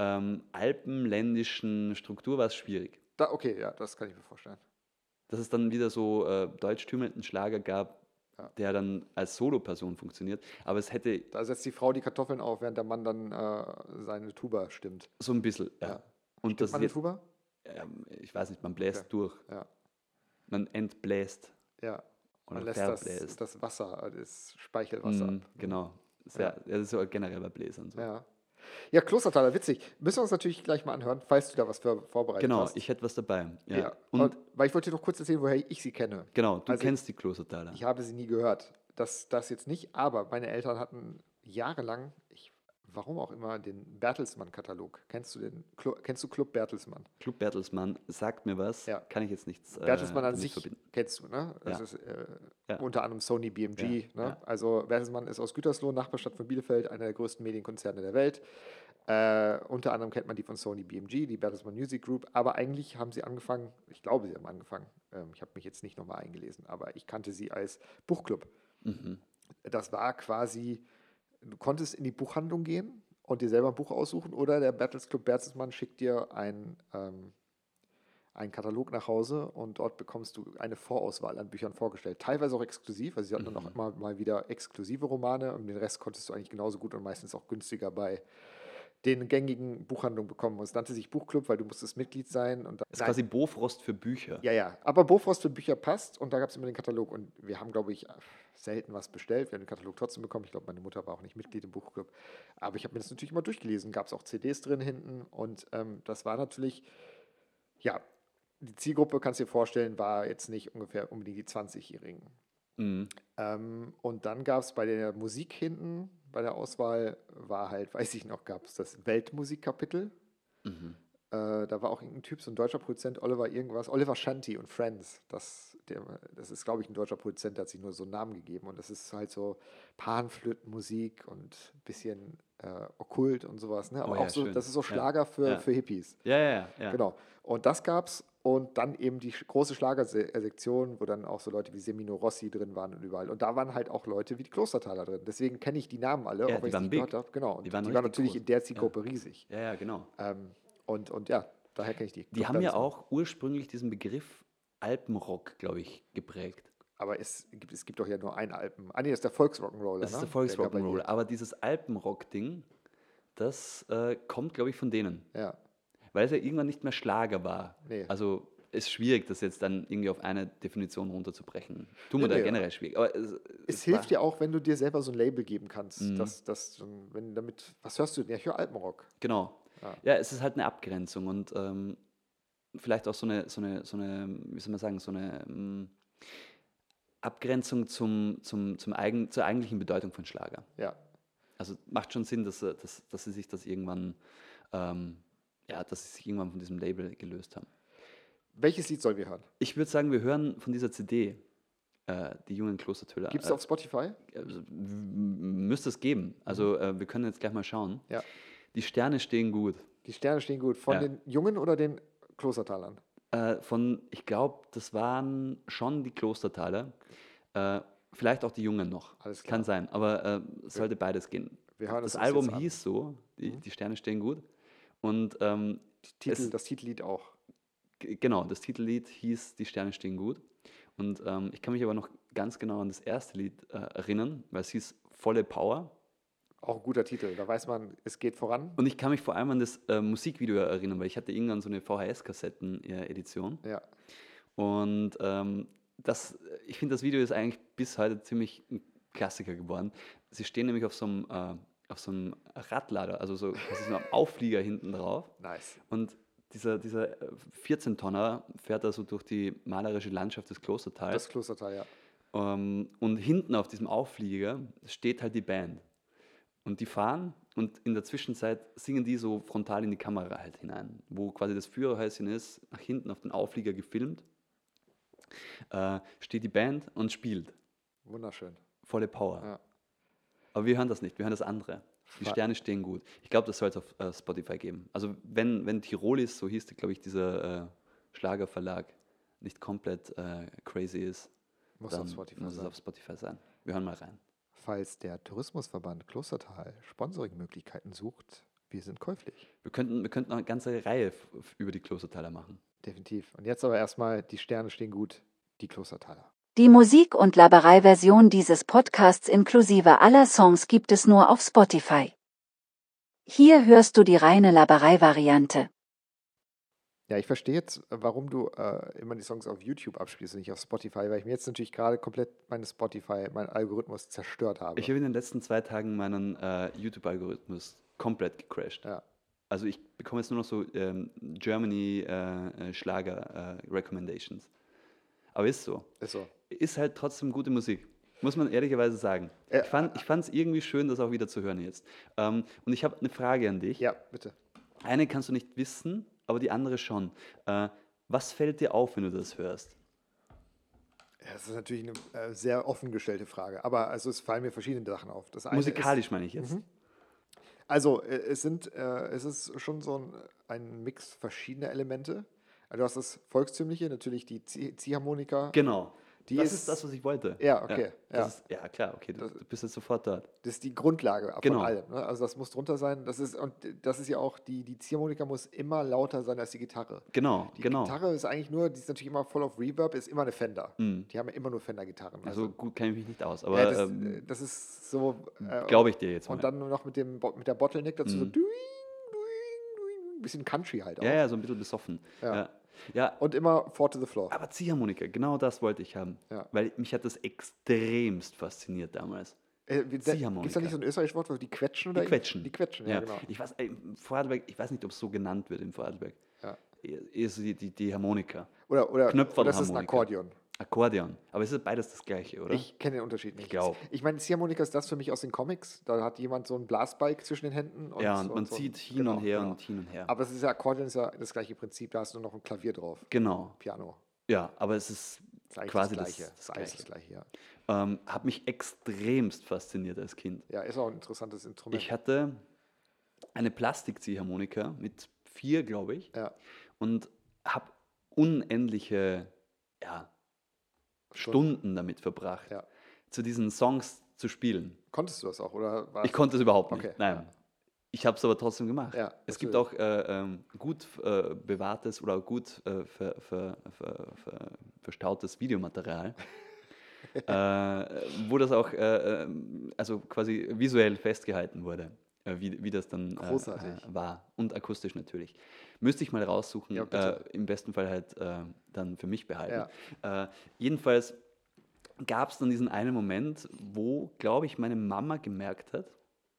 S2: alpenländischen Struktur war es schwierig.
S3: Okay, ja, das kann ich mir vorstellen.
S2: Dass es dann wieder so deutschtümelnden Schlager gab,
S3: Ja.
S2: der dann als Soloperson funktioniert. Aber es hätte
S3: Da setzt die Frau die Kartoffeln auf, während der Mann dann seine Tuba stimmt.
S2: so ein bisschen, ja.
S3: Ja.
S2: Und
S3: Stimmt
S2: das
S3: man
S2: ist
S3: eine
S2: jetzt,
S3: Tuba?
S2: ich weiß nicht, man bläst
S3: Okay.
S2: durch.
S3: Ja.
S2: Man entbläst.
S3: Ja. Man
S2: Oder
S3: lässt
S2: verbläst.
S3: das Wasser, das Speichelwasser ab.
S2: Genau. Das ist so generell bei Bläsern so.
S3: Ja. Ja, Klostertaler, witzig. Müssen wir uns natürlich gleich mal anhören, falls du da was vorbereitet
S2: Genau,
S3: hast.
S2: ich hätte was dabei. Ja.
S3: Ja.
S2: Und
S3: Weil ich wollte dir noch kurz erzählen, woher ich sie kenne.
S2: genau, du
S3: Also
S2: kennst die Klostertaler.
S3: Ich habe sie nie gehört. Das jetzt nicht, aber meine Eltern hatten jahrelang, warum auch immer, den Bertelsmann-Katalog. Kennst du Club Bertelsmann?
S2: Club Bertelsmann sagt mir was,
S3: Ja.
S2: kann ich jetzt nichts
S3: Bertelsmann an
S2: damit
S3: sich
S2: verbinden.
S3: kennst du, ne? Das
S2: Ja.
S3: ist
S2: Ja.
S3: unter anderem Sony BMG.
S2: Ja,
S3: Ne?
S2: ja.
S3: Also Bertelsmann ist aus Gütersloh, Nachbarstadt von Bielefeld, einer der größten Medienkonzerne der Welt. Unter anderem kennt man die von Sony BMG, die Bertelsmann Music Group. Aber eigentlich haben sie angefangen, ich glaube, sie haben angefangen. Ich habe mich jetzt nicht nochmal eingelesen, aber ich kannte sie als Buchclub. Das war quasi, du konntest in die Buchhandlung gehen und dir selber ein Buch aussuchen oder der Bertelsclub Bertelsmann schickt dir einen Katalog nach Hause und dort bekommst du eine Vorauswahl an Büchern vorgestellt. Teilweise auch exklusiv, also sie hatten dann auch immer mal wieder exklusive Romane und den Rest konntest du eigentlich genauso gut und meistens auch günstiger bei den gängigen Buchhandlungen bekommen. Und es nannte sich Buchclub, weil du musstest Mitglied sein. Und
S2: Das ist quasi Bofrost für Bücher.
S3: ja, ja. Aber Bofrost für Bücher passt und da gab es immer den Katalog. Und wir haben, glaube ich, selten was bestellt. Wir haben den Katalog trotzdem bekommen. Ich glaube, meine Mutter war auch nicht Mitglied im Buchclub. Aber ich habe mir das natürlich immer durchgelesen. Gab es auch CDs drin hinten. Und das war natürlich, ja, die Zielgruppe, kannst du dir vorstellen, war jetzt nicht ungefähr unbedingt die 20-Jährigen.
S2: Mhm.
S3: Und dann gab es bei der Musik hinten, bei der Auswahl war halt, weiß ich noch, gab es das Weltmusikkapitel.
S2: Mhm.
S3: Da war auch irgendein Typ, so ein deutscher Produzent, Oliver Shanti und Friends. Das ist, glaube ich, ein deutscher Produzent, der hat sich nur so einen Namen gegeben. Und das ist halt so Panflötenmusik und ein bisschen okkult und sowas. Ne? Aber
S2: Oh
S3: auch
S2: ja,
S3: so,
S2: schön.
S3: das ist so
S2: Ja.
S3: Schlager
S2: Ja.
S3: für Hippies.
S2: Ja.
S3: Genau. Und das gab's. Und dann eben die große Schlagersektion, wo dann auch so Leute wie Semino Rossi drin waren und überall. Und da waren halt auch Leute wie die Klostertaler drin. Deswegen kenne ich die Namen alle,
S2: Ja,
S3: auch wenn
S2: die
S3: ich es
S2: waren
S3: nicht
S2: big.
S3: gehört habe. Genau. Und
S2: Die waren
S3: die waren
S2: richtig
S3: natürlich
S2: groß.
S3: in der Zielgruppe riesig.
S2: Ja, genau.
S3: Und ja, daher kenne ich die.
S2: Die haben ja auch ursprünglich diesen Begriff Alpenrock, glaube ich, geprägt.
S3: Aber es gibt doch ja nur ein Alpen. Ah, nee, das ist der Volksrock'n'Roller,
S2: Das ist
S3: ne?
S2: der Volksrock'n'Roll.
S3: Gabalier.
S2: Aber dieses Alpenrock-Ding, das kommt, glaube ich, von denen.
S3: Ja,
S2: Weil es ja irgendwann nicht mehr Schlager war.
S3: Nee.
S2: Also ist schwierig, das jetzt dann irgendwie auf eine Definition runterzubrechen. Tun wir
S3: Nee,
S2: da
S3: nee.
S2: generell schwierig. Aber
S3: es hilft dir auch, wenn du dir selber so ein Label geben kannst.
S2: Mhm.
S3: Wenn damit, was hörst du denn? Ja, ich höre Alpenrock.
S2: Genau.
S3: Ja.
S2: Ja, es ist halt eine Abgrenzung und vielleicht auch so eine, wie soll man sagen, so eine Abgrenzung zur eigentlichen Bedeutung von Schlager.
S3: Ja.
S2: Also macht schon Sinn, dass sie sich das irgendwann, dass sie sich irgendwann von diesem Label gelöst haben.
S3: Welches Lied sollen wir hören?
S2: Ich würde sagen, wir hören von dieser CD, die jungen Klostertöler.
S3: Gibt es auf Spotify?
S2: Müsste es geben. Also wir können jetzt gleich mal schauen.
S3: Ja.
S2: Die Sterne stehen gut.
S3: Die Sterne stehen gut. Von
S2: Ja.
S3: den Jungen oder den Klostertalern?
S2: Ich glaube, das waren schon die Klostertaler. Vielleicht auch die Jungen noch.
S3: Alles klar.
S2: Kann sein, aber es sollte beides gehen.
S3: Wir hören
S2: Das
S3: es uns
S2: Album
S3: jetzt an.
S2: hieß so, die Sterne stehen gut. Und
S3: Das Titellied auch.
S2: genau, das Titellied hieß Die Sterne stehen gut. Und ich kann mich aber noch ganz genau an das erste Lied erinnern, weil es hieß Volle Power.
S3: Auch ein guter Titel. Da weiß man, es geht voran.
S2: Und ich kann mich vor allem an das Musikvideo erinnern, weil ich hatte irgendwann so eine VHS-Kassetten-Edition.
S3: Ja.
S2: Und ich finde, das Video ist eigentlich bis heute ziemlich ein Klassiker geworden. Sie stehen nämlich auf so einem Radlader, also so einem Auflieger hinten drauf.
S3: Nice.
S2: Und dieser 14-Tonner fährt da so durch die malerische Landschaft des Klostertals.
S3: Das Klostertal, ja.
S2: Und hinten auf diesem Auflieger steht halt die Band. Und die fahren und in der Zwischenzeit singen die so frontal in die Kamera halt hinein, wo quasi das Führerhäuschen ist, nach hinten auf den Auflieger gefilmt, steht die Band und spielt.
S3: Wunderschön.
S2: Volle Power.
S3: Ja.
S2: Aber wir hören das nicht, wir hören das andere. Die Sterne stehen gut. Ich glaube, das soll es auf Spotify geben. Also wenn Tirolis, so hieß, glaube ich, dieser Schlagerverlag, nicht komplett crazy ist,
S3: Muss
S2: dann
S3: auf Spotify
S2: muss es
S3: sein.
S2: auf Spotify sein. Wir hören mal rein.
S3: Falls der Tourismusverband Klostertal Sponsoringmöglichkeiten sucht, wir sind käuflich.
S2: Wir könnten noch eine ganze Reihe über die Klostertaler machen.
S3: Definitiv. Und jetzt aber erstmal, die Sterne stehen gut, die Klostertaler.
S4: Die Musik- und Laberei-Version dieses Podcasts inklusive aller Songs gibt es nur auf Spotify. Hier hörst du die reine Laberei-Variante.
S3: Ja, ich verstehe jetzt, warum du immer die Songs auf YouTube abspielst und nicht auf Spotify, weil ich mir jetzt natürlich gerade komplett meinen Algorithmus zerstört habe.
S2: Ich habe in den letzten 2 Tagen meinen YouTube-Algorithmus komplett gecrashed.
S3: Ja.
S2: Also ich bekomme jetzt nur noch so Germany Schlager Recommendations. Aber ist so.
S3: Ist so.
S2: Ist halt trotzdem gute Musik. Muss man ehrlicherweise sagen. Ich fand es irgendwie schön, das auch wieder zu hören jetzt. Und ich habe eine Frage an dich.
S3: Ja, bitte.
S2: Eine kannst du nicht wissen, aber die andere schon. Was fällt dir auf, wenn du das hörst?
S3: Ja, das ist natürlich eine sehr offen gestellte Frage. Aber also es fallen mir verschiedene Sachen auf. Das eine
S2: Musikalisch meine ich jetzt.
S3: Also es ist schon so ein Mix verschiedener Elemente. Also du hast das Volkstümliche, natürlich die Ziehharmonika.
S2: Genau. Das
S3: ist-
S2: ist das, was ich wollte.
S3: Ja, okay,
S2: Ja, klar, okay. Du bist jetzt sofort dort.
S3: Das ist die Grundlage
S2: Genau.
S3: von allem. Ne? Also das muss drunter sein. Das ist ja auch, die Ziehharmonika muss immer lauter sein als die Gitarre.
S2: Genau,
S3: Die
S2: genau.
S3: Gitarre ist eigentlich nur, die ist natürlich immer voll auf Reverb, ist immer eine Fender. Die haben ja immer nur Fender-Gitarren.
S2: Also gut kenne ich mich nicht aus, aber
S3: ja, das ist so.
S2: glaube ich dir jetzt mal.
S3: Und dann noch mit der Bottleneck dazu so duing, ein bisschen Country halt auch.
S2: Ja, so ein bisschen besoffen.
S3: Ja.
S2: Ja,
S3: Und immer four to the floor.
S2: aber Ziehharmonika, genau das wollte ich haben.
S3: Ja.
S2: Weil mich hat das extremst fasziniert damals.
S3: Gibt es
S2: Ziehharmonika.
S3: da nicht so ein österreichisches Wort, wo die quetschen?
S2: Die
S3: Oder
S2: quetschen.
S3: Die quetschen, ja, genau.
S2: Ich weiß, Vorarlberg, ich weiß nicht, ob es so genannt wird in Vorarlberg.
S3: Ja.
S2: eher so die Harmonika.
S3: Oder
S2: Knöpferl-
S3: das ist ein
S2: Harmonika.
S3: Akkordeon.
S2: Akkordeon. Aber es ist beides das Gleiche, oder?
S3: Ich kenne den Unterschied nicht.
S2: Ich glaub.
S3: Ich meine, Ziehharmonika ist das für mich aus den Comics. Da hat jemand so ein Blasbalg zwischen den Händen. Und
S2: Ja, und man
S3: so
S2: zieht hin und her und hin und her.
S3: Aber es ist ja Akkordeon, ist ja das gleiche Prinzip. Da hast du noch ein Klavier drauf.
S2: Genau.
S3: Piano.
S2: Ja, aber es ist
S3: Das ist eigentlich
S2: quasi
S3: das
S2: das
S3: Gleiche. Das ist
S2: Gleiche.
S3: das Gleiche, ja.
S2: Hat mich extremst fasziniert als Kind.
S3: Ja, ist auch ein interessantes Instrument.
S2: Ich hatte eine Plastikziehharmonika mit 4, glaube ich,
S3: Ja.
S2: und habe unendliche Stunden damit verbracht,
S3: Ja.
S2: zu diesen Songs zu spielen.
S3: Konntest du das auch? Oder war
S2: Ich konnte es überhaupt nicht.
S3: Okay,
S2: Nein.
S3: ja.
S2: Ich habe es aber trotzdem gemacht.
S3: Ja,
S2: Es gibt
S3: natürlich.
S2: auch gut bewahrtes oder gut verstautes Videomaterial, wo das auch also quasi visuell festgehalten wurde, wie das dann
S3: Großartig.
S2: war. Und akustisch natürlich. Müsste ich mal raussuchen,
S3: Ja, bitte.
S2: im besten Fall halt dann für mich behalten. Jedenfalls gab es dann diesen einen Moment, wo, glaube ich, meine Mama gemerkt hat,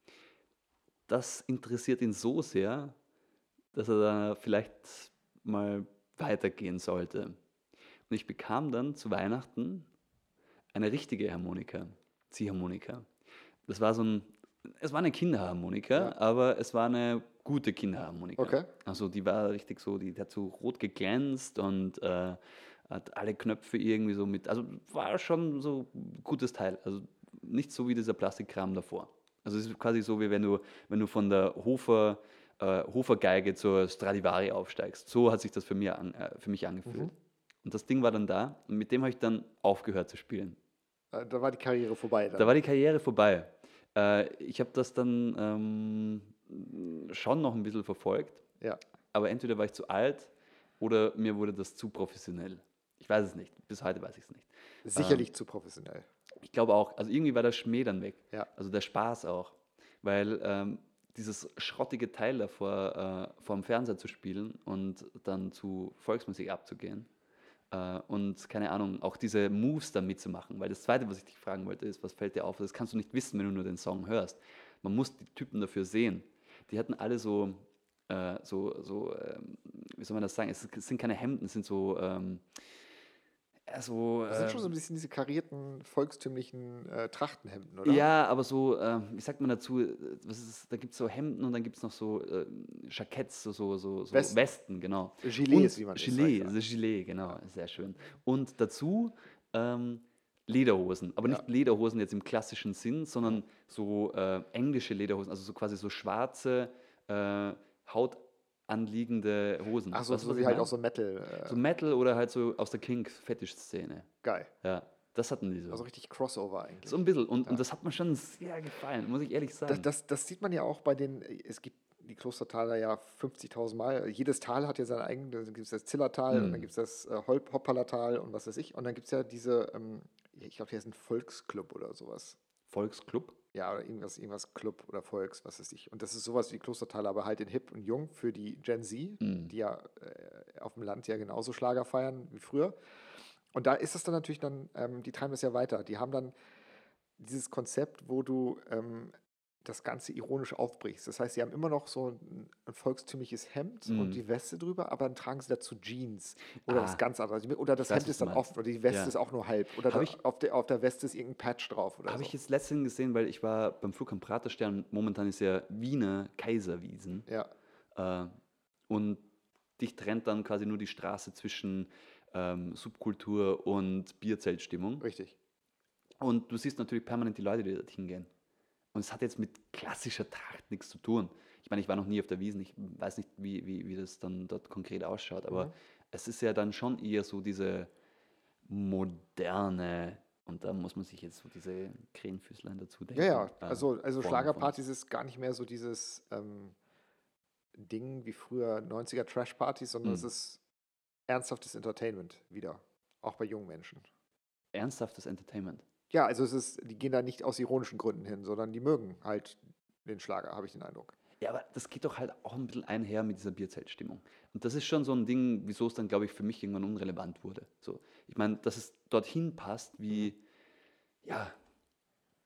S2: das interessiert ihn so sehr, dass er da vielleicht mal weitergehen sollte. Und ich bekam dann zu Weihnachten eine richtige Harmonika, Ziehharmonika. Es war eine Kinderharmonika,
S3: Ja.
S2: aber es war eine gute Kinderharmonika.
S3: Okay.
S2: Also die war richtig so, die hat so rot geglänzt und hat alle Knöpfe irgendwie so mit, also war schon so ein gutes Teil. Also nicht so wie dieser Plastikkram davor. Also es ist quasi so, wie wenn du von der Hofer-Geige zur Stradivari aufsteigst. So hat sich das für mich angefühlt. Und das Ding war dann da und mit dem habe ich dann aufgehört zu spielen.
S3: Da war die Karriere vorbei. Dann.
S2: Da war die Karriere vorbei. Ich habe das dann schon noch ein bisschen verfolgt,
S3: Ja.
S2: aber entweder war ich zu alt oder mir wurde das zu professionell. Ich weiß es nicht. Bis heute weiß ich es nicht.
S3: Sicherlich zu professionell.
S2: Ich glaube auch, also irgendwie war der Schmäh dann weg.
S3: Ja.
S2: Also der Spaß auch. Weil dieses schrottige Teil davor vor dem Fernseher zu spielen und dann zu Volksmusik abzugehen und keine Ahnung, auch diese Moves dann mitzumachen. Weil das Zweite, was ich dich fragen wollte, ist, was fällt dir auf? Das kannst du nicht wissen, wenn du nur den Song hörst. Man muss die Typen dafür sehen. Die hatten alle wie soll man das sagen? Es sind keine Hemden, es sind so
S3: Das sind schon so ein bisschen diese karierten, volkstümlichen Trachtenhemden, oder?
S2: ja, aber so, wie sagt man dazu, da gibt es so Hemden und dann gibt es noch so Jacketts, so Westen, genau.
S3: Gilets,
S2: Und
S3: wie man das
S2: Gilet,
S3: sagt.
S2: das Gilet, genau, sehr schön. Und dazu Lederhosen, aber nicht Lederhosen jetzt im klassischen Sinn, sondern so englische Lederhosen, also so quasi so schwarze, hautanliegende Hosen.
S3: Ach so,
S2: Weißt du,
S3: so
S2: was
S3: wie
S2: ich
S3: halt
S2: meine?
S3: auch so Metal.
S2: So Metal oder halt so aus der Kink-Fetisch-Szene.
S3: Geil.
S2: Ja, das hatten die so.
S3: Also richtig Crossover eigentlich.
S2: So ein bisschen. Und das hat mir schon sehr gefallen, muss ich ehrlich sagen.
S3: Das sieht man ja auch bei es gibt die Klostertaler ja 50.000 Mal. Jedes Tal hat ja sein eigenes, dann gibt es das Zillertal und dann gibt es das Hoppalertal und was weiß ich. Und dann gibt es ja diese, ich glaube, hier ist ein Volksclub oder sowas.
S2: Volksclub?
S3: Ja, oder irgendwas Club oder Volks, was weiß ich. Und das ist sowas wie Klostertaler, aber halt in hip und jung für die Gen Z, die ja auf dem Land ja genauso Schlager feiern wie früher. Und da ist es dann natürlich die treiben das ja weiter. Die haben dann dieses Konzept, wo du das Ganze ironisch aufbrichst. Das heißt, sie haben immer noch so ein volkstümliches Hemd und die Weste drüber, aber dann tragen sie dazu Jeans oder was ganz anderes. Oder das
S2: Ich weiß,
S3: Hemd
S2: was
S3: ist
S2: du
S3: dann
S2: meinst.
S3: offen oder die Weste
S2: Ja.
S3: ist auch nur halb. Oder auf der Weste ist irgendein Patch drauf oder
S2: Habe
S3: so.
S2: ich jetzt letztens gesehen, weil ich war beim Flug am Praterstern, momentan ist ja Wiener Kaiserwiesen.
S3: Ja,
S2: Und dich trennt dann quasi nur die Straße zwischen Subkultur und Bierzeltstimmung.
S3: richtig.
S2: Und du siehst natürlich permanent die Leute, die dorthin gehen. Und es hat jetzt mit klassischer Tracht nichts zu tun. Ich meine, ich war noch nie auf der Wiesn, ich weiß nicht, wie das dann dort konkret ausschaut, aber es ist ja dann schon eher so diese moderne, und da muss man sich jetzt so diese Krähenfüßlein dazu denken.
S3: Ja, also
S2: Form
S3: Schlagerpartys ist gar nicht mehr so dieses Ding wie früher 90er Trash-Partys, sondern es ist ernsthaftes Entertainment wieder, auch bei jungen Menschen.
S2: ernsthaftes Entertainment.
S3: Ja, also die gehen da nicht aus ironischen Gründen hin, sondern die mögen halt den Schlager, habe ich den Eindruck.
S2: Ja, aber das geht doch halt auch ein bisschen einher mit dieser Bierzeltstimmung. Und das ist schon so ein Ding, wieso es dann, glaube ich, für mich irgendwann unrelevant wurde. So, ich meine, dass es dorthin passt, wie, ja,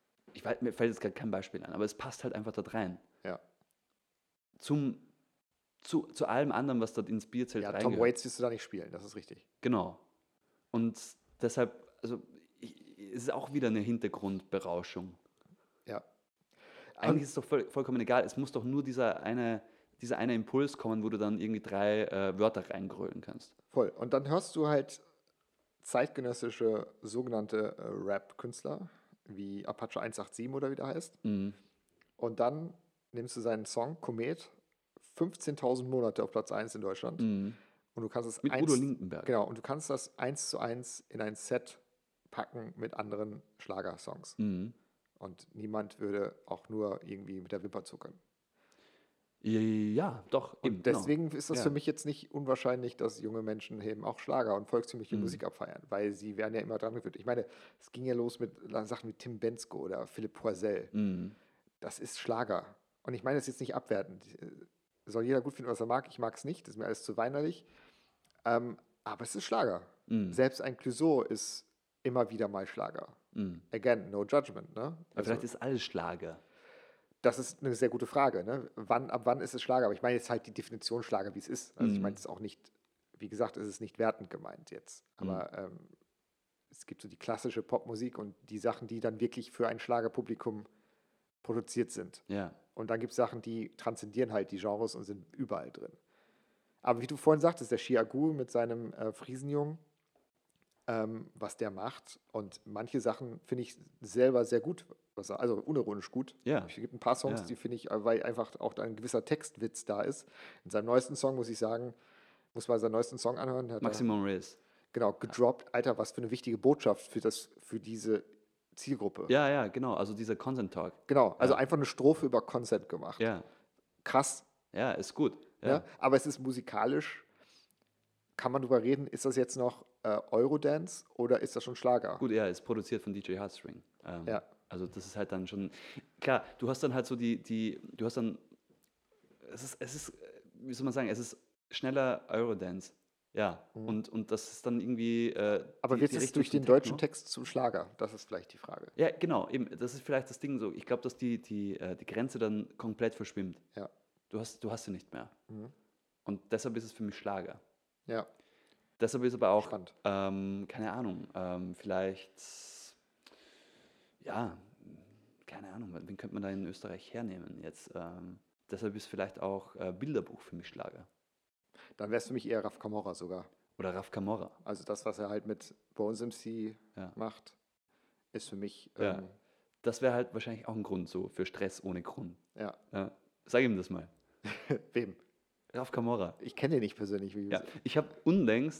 S2: mir fällt jetzt gerade kein Beispiel ein, aber es passt halt einfach dort rein.
S3: Ja.
S2: Zum zu allem anderen, was dort ins Bierzelt
S3: Ja, Tom
S2: reingehört.
S3: Waits wirst du da nicht spielen, das ist richtig.
S2: Genau. Und deshalb, also es ist auch wieder eine Hintergrundberauschung.
S3: Ja.
S2: Eigentlich ist es doch vollkommen egal. Es muss doch nur dieser eine Impuls kommen, wo du dann irgendwie 3 Wörter reingrölen kannst.
S3: Voll. Und dann hörst du halt zeitgenössische sogenannte Rap-Künstler, wie Apache 187 oder wie der heißt.
S2: Mhm.
S3: Und dann nimmst du seinen Song Komet, 15.000 Monate auf Platz 1 in Deutschland.
S2: Mhm.
S3: Und du kannst es
S2: Mit Udo Lindenberg.
S3: Genau, und du kannst das 1:1 in ein Set packen mit anderen Schlagersongs.
S2: Mhm.
S3: Und niemand würde auch nur irgendwie mit der Wimper zuckern.
S2: Ja, doch, eben,
S3: Und deswegen ist das
S2: Ja.
S3: für mich jetzt nicht unwahrscheinlich, dass junge Menschen eben auch Schlager und volkstümliche Musik abfeiern, weil sie werden ja immer dran geführt. Ich meine, es ging ja los mit Sachen wie Tim Bendzko oder Philipp Poisel.
S2: Mhm.
S3: Das ist Schlager. Und ich meine das jetzt nicht abwertend. Soll jeder gut finden, was er mag. Ich mag es nicht. Das ist mir alles zu weinerlich. Aber es ist Schlager.
S2: Mhm.
S3: Selbst ein Clouseau ist immer wieder mal Schlager.
S2: Mhm.
S3: Again, no judgment. Ne?
S2: Aber
S3: Also,
S2: vielleicht ist alles Schlager.
S3: das ist eine sehr gute Frage. Ne? Ab wann ist es Schlager? Aber ich meine jetzt halt die Definition Schlager, wie es ist. Also ich meine es auch nicht, wie gesagt, es ist nicht wertend gemeint jetzt. Aber es gibt so die klassische Popmusik und die Sachen, die dann wirklich für ein Schlagerpublikum produziert sind.
S2: Ja.
S3: Und dann gibt es Sachen, die transzendieren halt die Genres und sind überall drin. Aber wie du vorhin sagtest, der Chiagu mit seinem Friesenjungen, was der macht. Und manche Sachen finde ich selber sehr gut, also unironisch gut.
S2: Ja.
S3: Es gibt ein paar Songs,
S2: Ja.
S3: die finde ich, weil einfach auch da ein gewisser Textwitz da ist. In seinem neuesten Song muss ich sagen, muss man seinen neuesten Song anhören. Hat er,
S2: Maximum Riz.
S3: genau, gedroppt. Alter, was für eine wichtige Botschaft für diese Zielgruppe.
S2: Ja, genau. Also dieser Consent Talk.
S3: Genau, also
S2: Ja.
S3: einfach eine Strophe über Consent gemacht.
S2: Ja.
S3: Krass.
S2: Ja, ist gut. Ja.
S3: Ne? Aber es ist musikalisch, kann man drüber reden, ist das jetzt noch Eurodance oder ist das schon Schlager?
S2: Gut, ja, ist produziert von DJ Hardstring.
S3: Ja.
S2: Also das ist halt dann schon, klar, du hast dann halt so du hast dann, es ist, wie soll man sagen, es ist schneller Eurodance. Ja, und das ist dann irgendwie
S3: Aber wird es
S2: Richtung
S3: durch
S2: zum
S3: den deutschen
S2: Techno.
S3: Text zum Schlager? Das ist vielleicht die Frage.
S2: Ja, genau, eben, das ist vielleicht das Ding so. Ich glaube, dass die Grenze dann komplett verschwimmt.
S3: Ja.
S2: Du hast sie nicht mehr. Und deshalb ist es für mich Schlager.
S3: Ja.
S2: Deshalb ist aber auch,
S3: Spannend.
S2: keine Ahnung, vielleicht, ja, keine Ahnung, wen könnte man da in Österreich hernehmen jetzt? Deshalb ist vielleicht auch Bilderbuch für mich Schlager.
S3: Dann wäre es für mich eher Raf Camorra sogar.
S2: Oder Raf Camorra.
S3: Also das, was er halt mit Bones MC
S2: Ja.
S3: macht, ist für mich,
S2: Ja. Das wäre halt wahrscheinlich auch ein Grund so für Stress ohne Grund.
S3: ja.
S2: Ja. Sag ihm das mal.
S3: Wem?
S2: Raf Camorra.
S3: Ich kenne den nicht persönlich. Wie
S2: Ja, ich habe unlängst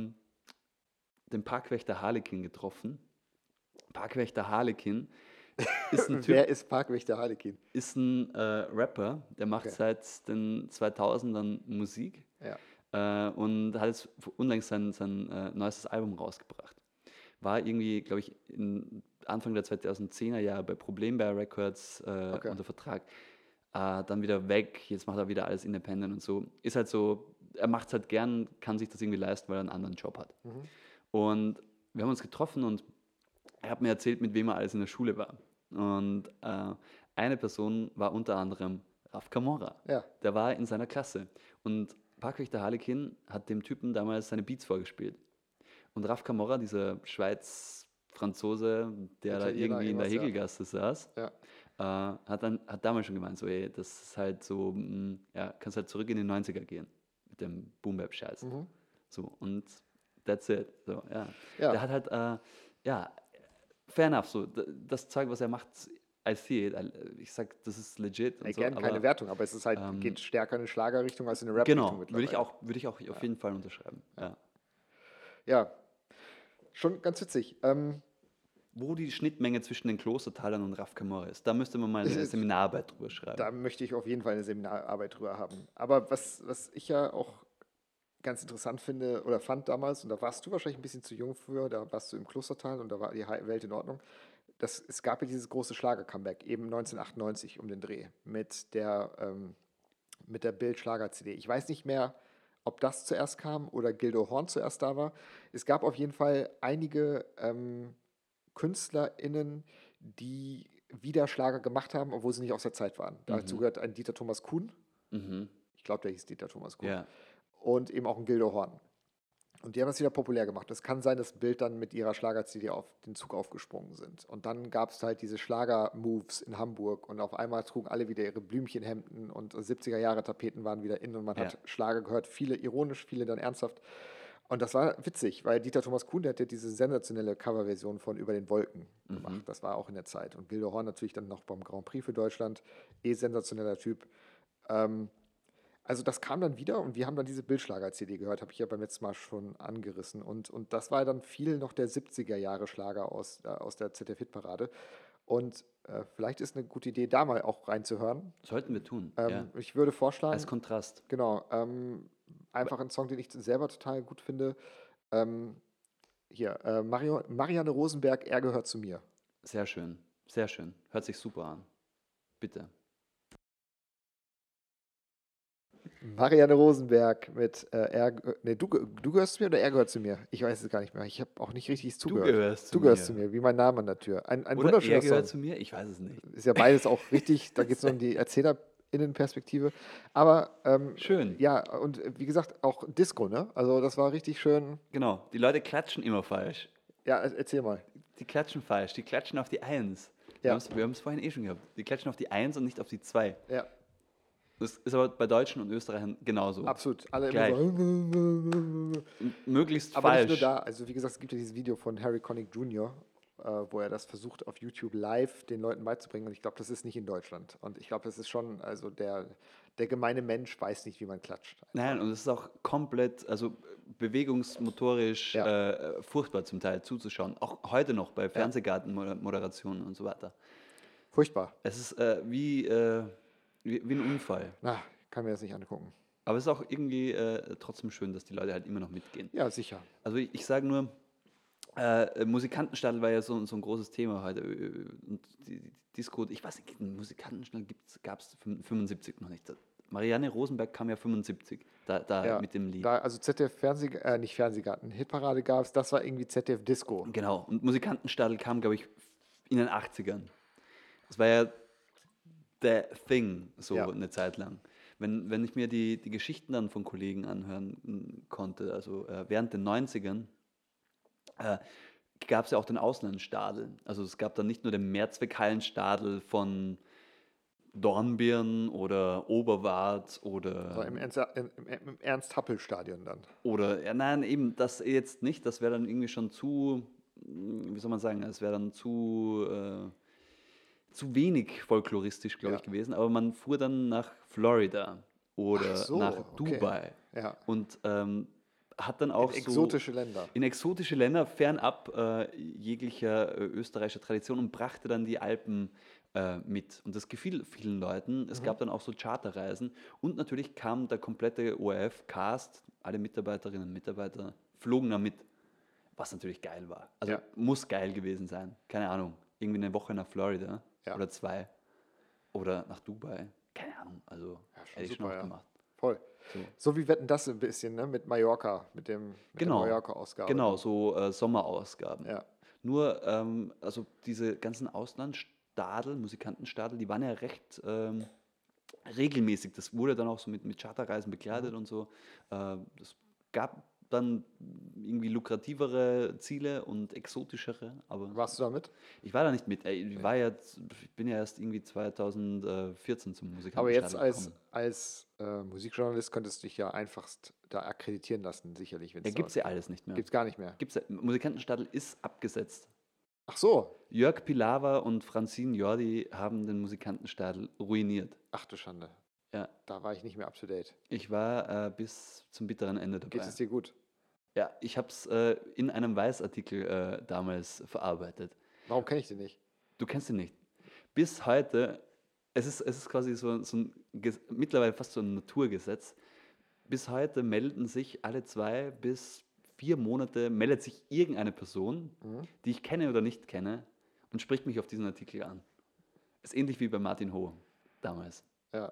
S2: den Parkwächter Harlekin getroffen. Parkwächter Harlekin ist ein Typ,
S3: Wer ist Parkwächter Harlekin?
S2: ist ein Rapper, der macht
S3: Okay.
S2: seit den 2000ern Musik
S3: Ja.
S2: und hat jetzt unlängst sein neuestes Album rausgebracht. War irgendwie, glaube ich, Anfang der 2010er Jahre bei Problembär Records
S3: Okay.
S2: unter Vertrag. Dann wieder weg, jetzt macht er wieder alles independent und so. Ist halt so, er macht es halt gern, kann sich das irgendwie leisten, weil er einen anderen Job hat. Und wir haben uns getroffen und er hat mir erzählt, mit wem er alles in der Schule war. Und eine Person war unter anderem Raf Camorra.
S3: Ja.
S2: Der war in seiner Klasse. Und Parkwächter Harlekin hat dem Typen damals seine Beats vorgespielt. Und Raf Camorra, dieser Schweiz-Franzose, der da
S3: Italiener,
S2: irgendwie in der
S3: irgendwas, ja.
S2: Hegelgasse saß,
S3: Ja.
S2: hat damals schon gemeint, so, ey, das ist halt so, ja, kannst halt zurück in die 90er gehen mit dem Boom-Bap-Scheiß. So, und that's it. So, ja.
S3: Ja.
S2: Der hat halt, ja, fair enough, so, das Zeug, was er macht, I see it. Ich sag, das ist legit. Und
S3: Again,
S2: so,
S3: keine
S2: aber,
S3: Wertung, aber es ist halt, geht stärker in eine Schlagerrichtung als in eine Rap-Richtung
S2: Genau, würde
S3: mittlerweile.
S2: ich auch auf jeden Fall unterschreiben. Ja.
S3: Ja, schon ganz witzig.
S2: Wo die Schnittmenge zwischen den Klostertalern und Raf Camorra ist, da müsste man mal eine Seminararbeit drüber schreiben.
S3: Da möchte ich auf jeden Fall eine Seminararbeit drüber haben. Aber was ich ja auch ganz interessant finde oder fand damals, und da warst du wahrscheinlich ein bisschen zu jung für, da warst du im Klostertal und da war die Welt in Ordnung. Es gab ja dieses große Schlager-Comeback, eben 1998 um den Dreh, mit der Bild-Schlager-CD. Ich weiß nicht mehr, ob das zuerst kam oder Gildo Horn zuerst da war. Es gab auf jeden Fall einige KünstlerInnen, die wieder Schlager gemacht haben, obwohl sie nicht aus der Zeit waren. Dazu gehört ein Dieter Thomas Kuhn. Ich glaube, der hieß Dieter Thomas Kuhn.
S2: Ja.
S3: Und eben auch ein Gildo Horn. Und die haben das wieder populär gemacht. Es kann sein, dass Bild dann mit ihrer Schlager-CD auf den Zug aufgesprungen sind. Und dann gab es halt diese Schlager-Moves in Hamburg und auf einmal trugen alle wieder ihre Blümchenhemden und 70er-Jahre-Tapeten waren wieder in und man hat Schlager gehört, viele ironisch, viele dann ernsthaft. Und das war witzig, weil Dieter Thomas Kuhn, der hat ja diese sensationelle Coverversion von Über den Wolken gemacht. Das war auch in der Zeit. Und Gildo Horn natürlich dann noch beim Grand Prix für Deutschland. Sensationeller Typ. Also das kam dann wieder und wir haben dann diese Bildschlager-CD gehört, habe ich ja beim letzten Mal schon angerissen. Und das war dann viel noch der 70er-Jahre-Schlager aus der ZDF-Hitparade. Und vielleicht ist eine gute Idee, da mal auch reinzuhören.
S2: Sollten wir tun.
S3: Ich würde vorschlagen,
S2: Als Kontrast.
S3: genau, einfach ein Song, den ich selber total gut finde. Marianne Rosenberg, Er gehört zu mir.
S2: Sehr schön. Sehr schön. Hört sich super an. Bitte.
S3: Marianne Rosenberg mit du gehörst zu mir oder Er gehört zu mir? Ich weiß es gar nicht mehr. Ich habe auch nicht richtig zugehört. Du gehörst zu mir, wie mein Name an der Tür. Ein
S2: Oder
S3: wunderschöner
S2: er gehört
S3: Song.
S2: zu mir? Ich weiß es nicht.
S3: Ist ja beides auch richtig. Da geht es nur um die ErzählerInnenperspektive. Aber
S2: Schön.
S3: ja, und wie gesagt, auch Disco, ne? Also das war richtig schön.
S2: Genau. Die Leute klatschen immer falsch.
S3: Ja, erzähl mal.
S2: Die klatschen falsch. Die klatschen auf die 1.
S3: Ja.
S2: Wir haben es vorhin eh schon gehabt. Die klatschen auf die 1 und nicht auf die 2.
S3: Ja,
S2: Das ist aber bei Deutschen und Österreichern genauso.
S3: absolut. Alle
S2: Gleich.
S3: immer so.
S2: Möglichst
S3: Aber
S2: falsch.
S3: nicht nur da. Also wie gesagt, es gibt ja dieses Video von Harry Connick Jr., wo er das versucht auf YouTube live den Leuten beizubringen. Und ich glaube, das ist nicht in Deutschland. Und ich glaube, das ist schon, also der gemeine Mensch weiß nicht, wie man klatscht.
S2: Nein, und es ist auch komplett, also bewegungsmotorisch furchtbar zum Teil zuzuschauen. Auch heute noch bei Fernsehgartenmoderationen und so weiter.
S3: Furchtbar.
S2: Es ist wie ein Unfall.
S3: Na, kann mir das nicht angucken.
S2: Aber es ist auch irgendwie trotzdem schön, dass die Leute halt immer noch mitgehen.
S3: Ja, sicher.
S2: Also ich sage nur, Musikantenstadel war ja so ein großes Thema heute. Und die Disco, ich weiß nicht, den Musikantenstadel gab es 75 noch nicht. Marianne Rosenberg kam ja 75,
S3: Ja,
S2: mit dem Lied.
S3: also ZDF nicht Fernsehgarten, Hitparade gab es, das war irgendwie ZDF Disco.
S2: Genau, und Musikantenstadel kam, glaube ich, in den 80ern. Das war ja the thing, so
S3: Ja.
S2: eine Zeit lang. Wenn ich mir die Geschichten dann von Kollegen anhören konnte, also während den 90ern, gab es ja auch den Auslandsstadel. Also es gab dann nicht nur den Mehrzweckhallenstadel von Dornbirn oder Oberwart
S3: Aber im Ernst-Happel-Stadion dann.
S2: oder nein, eben das jetzt nicht. Das wäre dann irgendwie schon zu, wie soll man sagen, es wäre dann zu wenig folkloristisch, glaube ich, gewesen. Aber man fuhr dann nach Florida oder
S3: Ach so,
S2: nach
S3: okay.
S2: Dubai
S3: Ja.
S2: und hat dann auch
S3: In exotische Länder.
S2: in exotische Länder fernab jeglicher österreichischer Tradition und brachte dann die Alpen mit. Und das gefiel vielen Leuten. Es gab dann auch so Charterreisen und natürlich kam der komplette ORF-Cast, alle Mitarbeiterinnen und Mitarbeiter flogen da mit, was natürlich geil war. Also
S3: Ja.
S2: muss geil gewesen sein. Keine Ahnung. Irgendwie eine Woche nach Florida
S3: Ja.
S2: oder 2 oder nach Dubai. Keine Ahnung. Also
S3: Ja, schon
S2: hätte ich schon
S3: super,
S2: auch
S3: ja.
S2: gemacht.
S3: Voll.
S2: So.
S3: So wie Wetten das ein bisschen, ne? Mit Mallorca, mit der Mallorca-Ausgabe.
S2: Genau, so Sommerausgaben.
S3: Ja.
S2: Nur, also diese ganzen Auslandsstadel, Musikantenstadel, die waren ja recht regelmäßig. Das wurde dann auch so mit Charterreisen begleitet und so. Es gab dann irgendwie lukrativere Ziele und exotischere, aber
S3: Warst du damit?
S2: ich war da nicht mit. Ey, ich bin ja erst irgendwie 2014 zum Musikantenstadel
S3: Aber jetzt
S2: gekommen.
S3: als Musikjournalist könntest du dich ja einfachst da akkreditieren lassen, sicherlich.
S2: Ja, gibt es ja alles nicht mehr.
S3: Gibt's gar nicht mehr.
S2: Musikantenstadel ist abgesetzt.
S3: Ach so.
S2: Jörg Pilawa und Francine Jordi haben den Musikantenstadel ruiniert.
S3: Ach du Schande.
S2: Ja,
S3: Da war ich nicht mehr up to date.
S2: ich war bis zum bitteren Ende dabei.
S3: Geht es dir gut?
S2: Ja, ich habe es in einem Weiß-Artikel damals verarbeitet.
S3: Warum kenne ich den nicht?
S2: Du kennst ihn nicht. Bis heute, es ist quasi so ein mittlerweile fast so ein Naturgesetz. Bis heute melden sich alle 2 bis 4 Monate, meldet sich irgendeine Person, die ich kenne oder nicht kenne, und spricht mich auf diesen Artikel an. Ist ähnlich wie bei Martin Ho damals.
S3: Ja.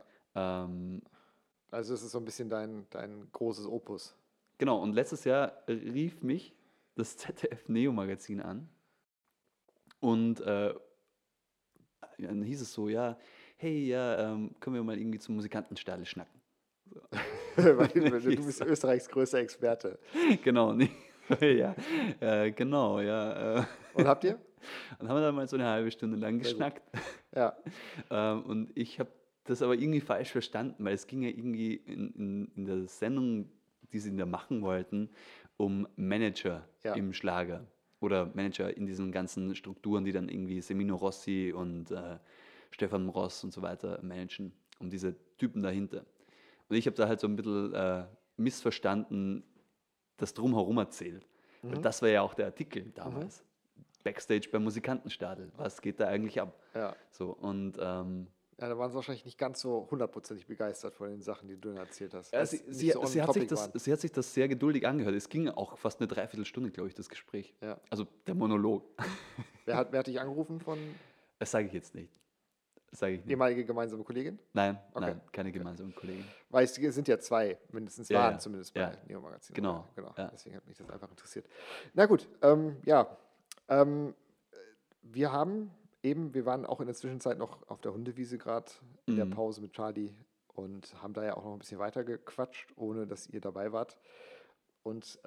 S3: Also es ist so ein bisschen dein großes Opus.
S2: Genau, und letztes Jahr rief mich das ZDF Neo Magazin an und dann hieß es so, ja, hey, ja, können wir mal irgendwie zum Musikantenstadel schnacken.
S3: Weil du bist Österreichs größter Experte.
S2: Genau, nee. Ja, genau, ja.
S3: Und habt ihr?
S2: Dann haben wir da mal so eine halbe Stunde lang
S3: Sehr gut.
S2: geschnackt.
S3: Ja.
S2: Und ich habe das aber irgendwie falsch verstanden, weil es ging ja irgendwie in der Sendung, die sie da machen wollten, um Manager
S3: Ja.
S2: im Schlager oder Manager in diesen ganzen Strukturen, die dann irgendwie Semino Rossi und Stefan Ross und so weiter managen, um diese Typen dahinter. Und ich habe da halt so ein bisschen missverstanden, das Drumherum erzählt. Weil das war ja auch der Artikel damals. Backstage beim Musikantenstadel. Was geht da eigentlich ab?
S3: Ja.
S2: So, und
S3: Ja, da waren sie wahrscheinlich nicht ganz so hundertprozentig begeistert von den Sachen, die du dann erzählt hast.
S2: ja,
S3: Weil's nicht so on
S2: sie
S3: topic waren.
S2: sie hat sich das sehr geduldig angehört. Es ging auch fast eine Dreiviertelstunde, glaube ich, das Gespräch.
S3: Ja.
S2: Also der Monolog.
S3: Wer hat dich angerufen von
S2: Das sage ich jetzt nicht. Das sage ich nicht.
S3: ehemalige gemeinsame Kollegin?
S2: Nein,
S3: Okay.
S2: nein, keine gemeinsamen Kollegen.
S3: Weil es sind ja zwei, mindestens
S2: Ja,
S3: waren
S2: ja.
S3: zumindest bei
S2: Ja.
S3: Neo Magazin.
S2: Genau,
S3: Genau.
S2: ja.
S3: Deswegen hat mich das einfach interessiert. Na gut, ja. Wir waren auch in der Zwischenzeit noch auf der Hundewiese gerade in der Pause mit Charlie und haben da ja auch noch ein bisschen weiter gequatscht, ohne dass ihr dabei wart. Und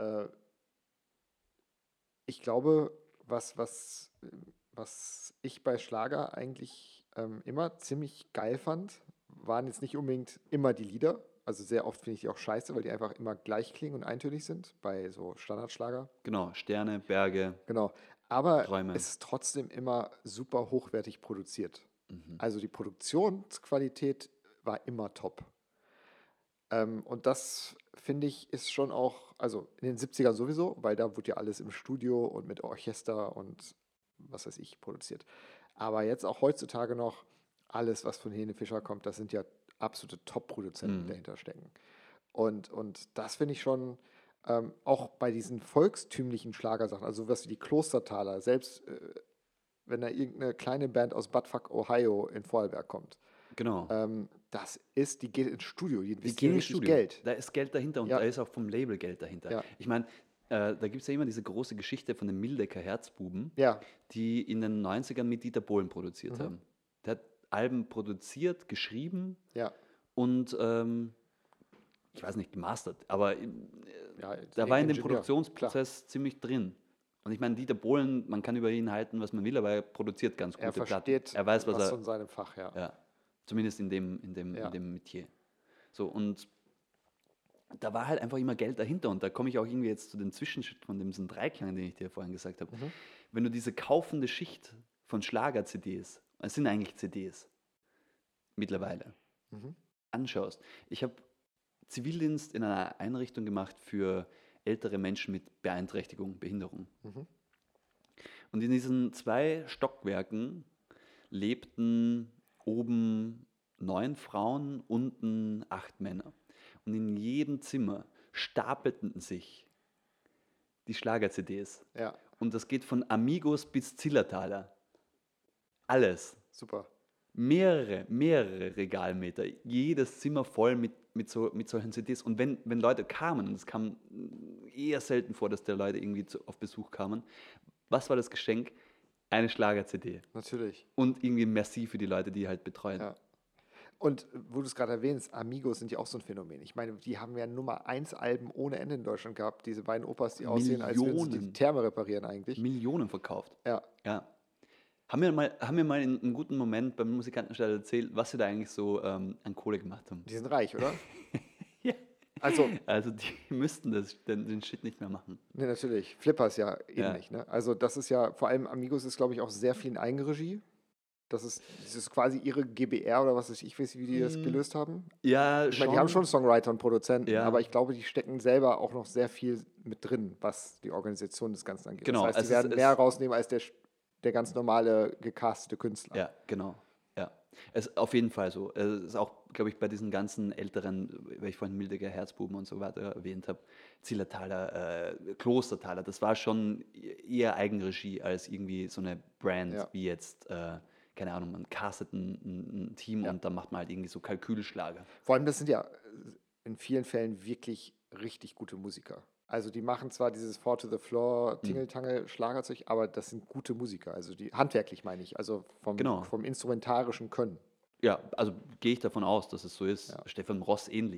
S3: ich glaube, was ich bei Schlager eigentlich immer ziemlich geil fand, waren jetzt nicht unbedingt immer die Lieder. Also sehr oft finde ich die auch scheiße, weil die einfach immer gleich klingen und eintönig sind bei so Standardschlager.
S2: Genau, Sterne, Berge.
S3: Genau. Aber
S2: Träume.
S3: es ist trotzdem immer super hochwertig produziert. Also die Produktionsqualität war immer top. Und das finde ich ist schon auch, also in den 70ern sowieso, weil da wurde ja alles im Studio und mit Orchester und was weiß ich produziert. Aber jetzt auch heutzutage noch alles, was von Helene Fischer kommt, das sind ja absolute Top-Produzenten, die dahinter stecken. Und das finde ich schon, auch bei diesen volkstümlichen Schlagersachen, also sowas wie die Klostertaler, selbst wenn da irgendeine kleine Band aus Buttfuck, Ohio in Vorarlberg kommt,
S2: Genau.
S3: die geht ins Studio, die
S2: Die
S3: investieren
S2: gehen ins
S3: richtig
S2: Studio.
S3: Geld.
S2: Da ist Geld dahinter und
S3: Ja.
S2: da ist auch vom Label Geld dahinter.
S3: Ja.
S2: Ich meine, da gibt es ja immer diese große Geschichte von den Mildecker Herzbuben,
S3: Ja.
S2: die in den 90ern mit Dieter Bohlen produziert haben. Der hat Alben produziert, geschrieben
S3: Ja.
S2: und ich weiß nicht, gemastert, aber
S3: Ja,
S2: da war in dem
S3: Ingenieur,
S2: Produktionsprozess ziemlich drin. Und ich meine, Dieter Bohlen, man kann über ihn halten, was man will, aber er produziert ganz
S3: Er
S2: gute Platten.
S3: versteht
S2: Er weiß, was er,
S3: von seinem Fach, ja.
S2: ja, zumindest in dem
S3: Ja.
S2: Metier. So, und da war halt einfach immer Geld dahinter. Und da komme ich auch irgendwie jetzt zu den Zwischenschritt von diesem Dreiklang, den ich dir vorhin gesagt habe. Wenn du diese kaufende Schicht von Schlager-CDs, es sind eigentlich CDs mittlerweile, anschaust. Ich habe Zivildienst in einer Einrichtung gemacht für ältere Menschen mit Beeinträchtigung, Behinderung. Und in diesen 2 Stockwerken lebten oben 9 Frauen, unten 8 Männer. Und in jedem Zimmer stapelten sich die Schlager-CDs.
S3: Ja,
S2: Und das geht von Amigos bis Zillertaler. Alles.
S3: super.
S2: Mehrere Regalmeter. Jedes Zimmer voll mit solchen CDs. Und wenn Leute kamen, und es kam eher selten vor, dass da Leute irgendwie auf Besuch kamen, was war das Geschenk? Eine Schlager-CD.
S3: Natürlich.
S2: Und irgendwie Merci für die Leute, die halt betreuen.
S3: Ja. Und wo du es gerade erwähnst, Amigos sind ja auch so ein Phänomen. Ich meine, die haben ja Nummer 1 Alben ohne Ende in Deutschland gehabt. Diese beiden Opas, die aussehen, als würden sie die
S2: Millionen.
S3: Therme reparieren eigentlich.
S2: Millionen verkauft.
S3: Ja,
S2: Ja. Haben wir mal in einem guten Moment beim Musikantenstall erzählt, was sie da eigentlich so an Kohle gemacht haben?
S3: die sind reich, oder?
S2: Ja.
S3: Also,
S2: Die müssten den Shit nicht mehr machen.
S3: ne, natürlich. Flippers ja
S2: Ja.
S3: ähnlich. Ne? Also das ist ja, vor allem Amigos ist, glaube ich, auch sehr viel in Eigenregie. Das ist quasi ihre GBR oder was weiß ich, weiß, wie die das gelöst haben.
S2: Ja,
S3: Ich meine, die haben schon Songwriter und Produzenten,
S2: Ja.
S3: aber ich glaube, die stecken selber auch noch sehr viel mit drin, was die Organisation des Ganzen angeht.
S2: Genau,
S3: Das heißt,
S2: es
S3: die werden
S2: ist-
S3: mehr rausnehmen als der ganz normale gecastete Künstler.
S2: Ja, genau. Ja. Es ist auf jeden Fall so. Es ist auch, glaube ich, bei diesen ganzen älteren, weil ich vorhin Mildecker Herzbuben und so weiter erwähnt habe, Zillertaler, Klostertaler, das war schon eher Eigenregie als irgendwie so eine Brand
S3: Ja.
S2: wie jetzt, keine Ahnung, man castet ein Team
S3: Ja.
S2: und dann macht man halt irgendwie so Kalkülschlager.
S3: Vor allem, das sind ja in vielen Fällen wirklich richtig gute Musiker. Also die machen zwar dieses Four to the Floor, Tingeltangel, Schlagerzeug, aber das sind gute Musiker. Also die handwerklich meine ich, also
S2: Genau.
S3: vom instrumentarischen Können.
S2: Ja, also gehe ich davon aus, dass es so ist.
S3: Ja.
S2: Stefan Ross ähnlich.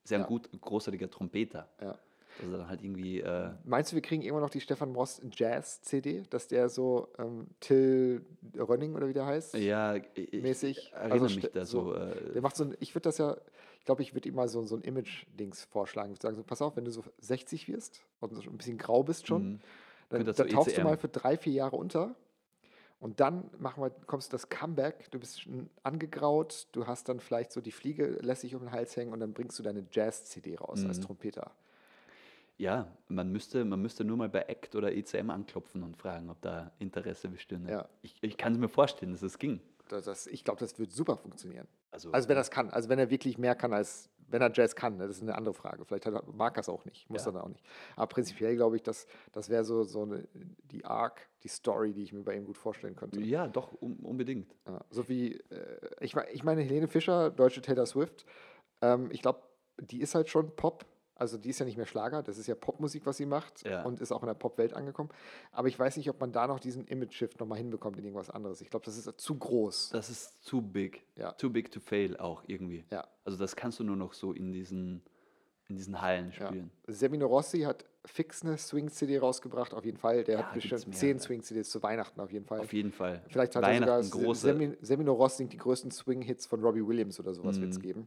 S2: ist ja ein großartiger Trompeter.
S3: Ja.
S2: Also dann halt irgendwie,
S3: Meinst du, wir kriegen immer noch die Stefan Ross Jazz-CD, dass der so Till Rönning oder wie der heißt?
S2: ja,
S3: mäßig.
S2: ich erinnere
S3: Also
S2: mich da so.
S3: Der macht so ein, ich würde das ja, ich glaube, ich würde ihm mal so ein Image-Dings vorschlagen. Ich würde sagen, so, pass auf, wenn du so 60 wirst und so ein bisschen grau bist schon, dann
S2: Könnte das so
S3: tauchst du
S2: ECM.
S3: mal für 3-4 Jahre unter und dann kommst du das Comeback, du bist schon angegraut, du hast dann vielleicht so die Fliege lässig um den Hals hängen und dann bringst du deine Jazz-CD raus als Trompeter.
S2: Ja, man müsste nur mal bei ACT oder ECM anklopfen und fragen, ob da Interesse bestünde.
S3: Ja.
S2: Ich kann es mir vorstellen, dass es ging.
S3: Ich glaube, das wird super funktionieren.
S2: Also,
S3: Also wenn er das kann, also wenn er wirklich mehr kann, als wenn er Jazz kann, ne? Das ist eine andere Frage. Vielleicht mag er es auch nicht, muss
S2: Ja.
S3: er dann auch nicht. Aber prinzipiell glaube ich, das wäre die Arc, die Story, die ich mir bei ihm gut vorstellen könnte.
S2: ja, doch, unbedingt.
S3: Ja, so wie, ich meine, Helene Fischer, deutsche Taylor Swift, ich glaube, die ist halt schon Pop. Also die ist ja nicht mehr Schlager, das ist ja Popmusik, was sie macht
S2: Ja.
S3: und ist auch in der Popwelt angekommen. Aber ich weiß nicht, ob man da noch diesen Image-Shift nochmal hinbekommt in irgendwas anderes. Ich glaube, das ist zu groß.
S2: Das ist zu big.
S3: Ja.
S2: Too big to fail auch irgendwie.
S3: Ja.
S2: Also das kannst du nur noch so in diesen Hallen
S3: Ja.
S2: spielen.
S3: Semino Rossi hat fix eine Swing-CD rausgebracht, auf jeden Fall. Der
S2: Ja,
S3: hat
S2: gibt's
S3: bestimmt
S2: mehrere.
S3: 10 Swing-CDs zu Weihnachten, auf jeden Fall.
S2: Auf jeden Fall.
S3: Vielleicht hat er sogar
S2: Weihnachten große.
S3: Semino Ross singt die größten Swing-Hits von Robbie Williams oder sowas wird es geben.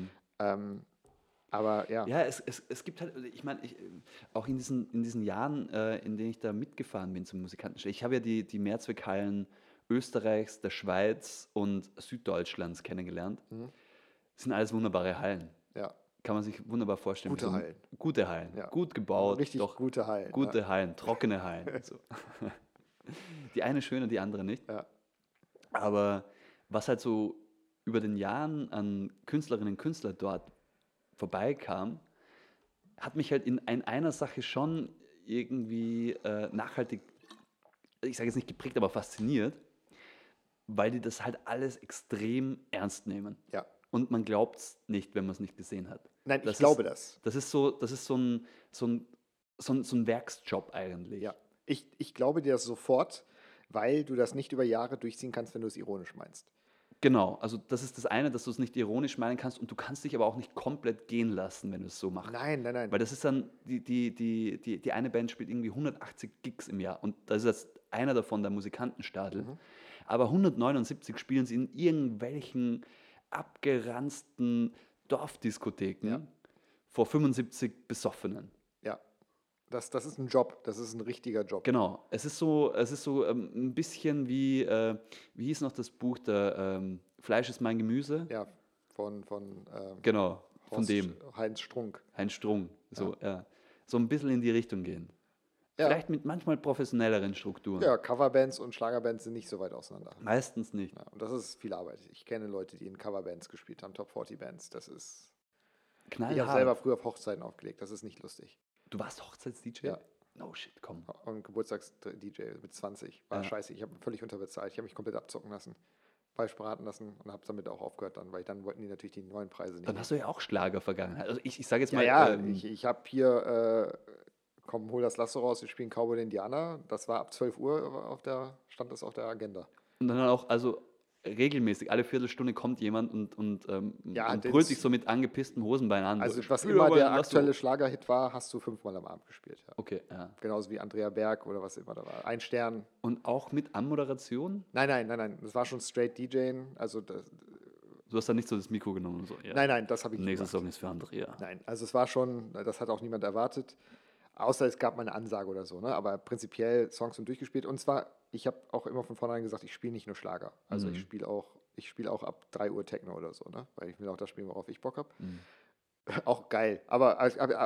S3: Aber ja.
S2: Ja, es gibt halt, ich meine, auch in diesen Jahren, in denen ich da mitgefahren bin zum Musikantenstelle, ich habe ja die Mehrzweckhallen Österreichs, der Schweiz und Süddeutschlands kennengelernt. Das sind alles wunderbare Hallen.
S3: Ja.
S2: Kann man sich wunderbar vorstellen.
S3: Gute Hallen.
S2: Gute Hallen.
S3: Ja.
S2: Gut gebaut.
S3: Richtig
S2: doch
S3: gute Hallen.
S2: Gute Hallen, trockene Hallen. So. Die eine schöner, die andere nicht.
S3: Ja.
S2: Aber was halt so über den Jahren an Künstlerinnen und Künstlern dort vorbeikam, hat mich halt in einer Sache schon irgendwie nachhaltig, ich sage jetzt nicht geprägt, aber fasziniert, weil die das halt alles extrem ernst nehmen.
S3: Ja.
S2: Und man glaubt es nicht, wenn man es nicht gesehen hat.
S3: Nein, ich
S2: Das
S3: glaube
S2: ist,
S3: das.
S2: Das ist so ein Werksjob eigentlich.
S3: Ja. Ich glaube dir das sofort, weil du das nicht über Jahre durchziehen kannst, wenn du es ironisch meinst.
S2: Genau, also das ist das eine, dass du es nicht ironisch meinen kannst und du kannst dich aber auch nicht komplett gehen lassen, wenn du es so machst.
S3: Nein.
S2: Weil das ist dann, die eine Band spielt irgendwie 180 Gigs im Jahr und das ist jetzt einer davon der Musikantenstadel. Aber 179 spielen sie in irgendwelchen abgeranzten Dorfdiskotheken vor 75 Besoffenen.
S3: Ja. Das ist ein Job, das ist ein richtiger Job.
S2: Genau, es ist so ein bisschen wie hieß noch das Buch, der Fleisch ist mein Gemüse?
S3: Ja, von
S2: Genau, von
S3: Horst
S2: dem.
S3: Heinz Strunk.
S2: Heinz Strunk. So, ja. So ein bisschen in die Richtung gehen.
S3: Ja.
S2: Vielleicht mit manchmal professionelleren Strukturen.
S3: Ja, Coverbands und Schlagerbands sind nicht so weit auseinander.
S2: Meistens nicht.
S3: Ja, und das ist viel Arbeit. Ich kenne Leute, die in Coverbands gespielt haben, Top 40 Bands. Das ist. Ich habe
S2: Knallhart.
S3: selber früher auf Hochzeiten aufgelegt. Das ist nicht lustig.
S2: Du warst Hochzeits-DJ?
S3: Ja.
S2: No shit, komm.
S3: Und Geburtstags-DJ mit 20. War scheiße. Ich habe völlig unterbezahlt. Ich habe mich komplett abzocken lassen. Falsch beraten lassen und habe damit auch aufgehört dann, weil dann wollten die natürlich die neuen Preise nicht.
S2: Dann hast du ja auch Schlager-Vergangenheit. Also ich sage jetzt
S3: Ja,
S2: mal,
S3: ja, ich habe hier, komm, hol das Lasso raus, wir spielen Cowboy den Indianer. Das war ab 12 Uhr stand das auf der Agenda.
S2: und dann auch, also regelmäßig, alle Viertelstunde kommt jemand und
S3: Ja,
S2: brüllt sich so mit angepisstem Hosenbein an.
S3: Also
S2: so,
S3: was
S2: "Spiel
S3: immer
S2: aber
S3: der
S2: ein Lasso."
S3: aktuelle Schlagerhit war, hast du 5-mal am Abend gespielt. Ja.
S2: Okay, ja.
S3: Genauso wie Andrea Berg oder was immer da war. Ein Stern.
S2: Und auch mit Anmoderation?
S3: Nein. Das war schon straight DJing. Also
S2: Du hast dann nicht so das Mikro genommen und so. Ja.
S3: nein, das habe ich nicht
S2: Nächster
S3: gemacht.
S2: Song ist für Andrea.
S3: Nein, also es war schon, das hat auch niemand erwartet. Außer es gab mal eine Ansage oder so, ne? Aber prinzipiell Songs sind durchgespielt. Und zwar, ich habe auch immer von vornherein gesagt, ich spiele nicht nur Schlager. Also ich spiele auch ab 3 Uhr Techno oder so, ne? Weil ich will auch das spielen, worauf ich Bock habe. Auch geil. Aber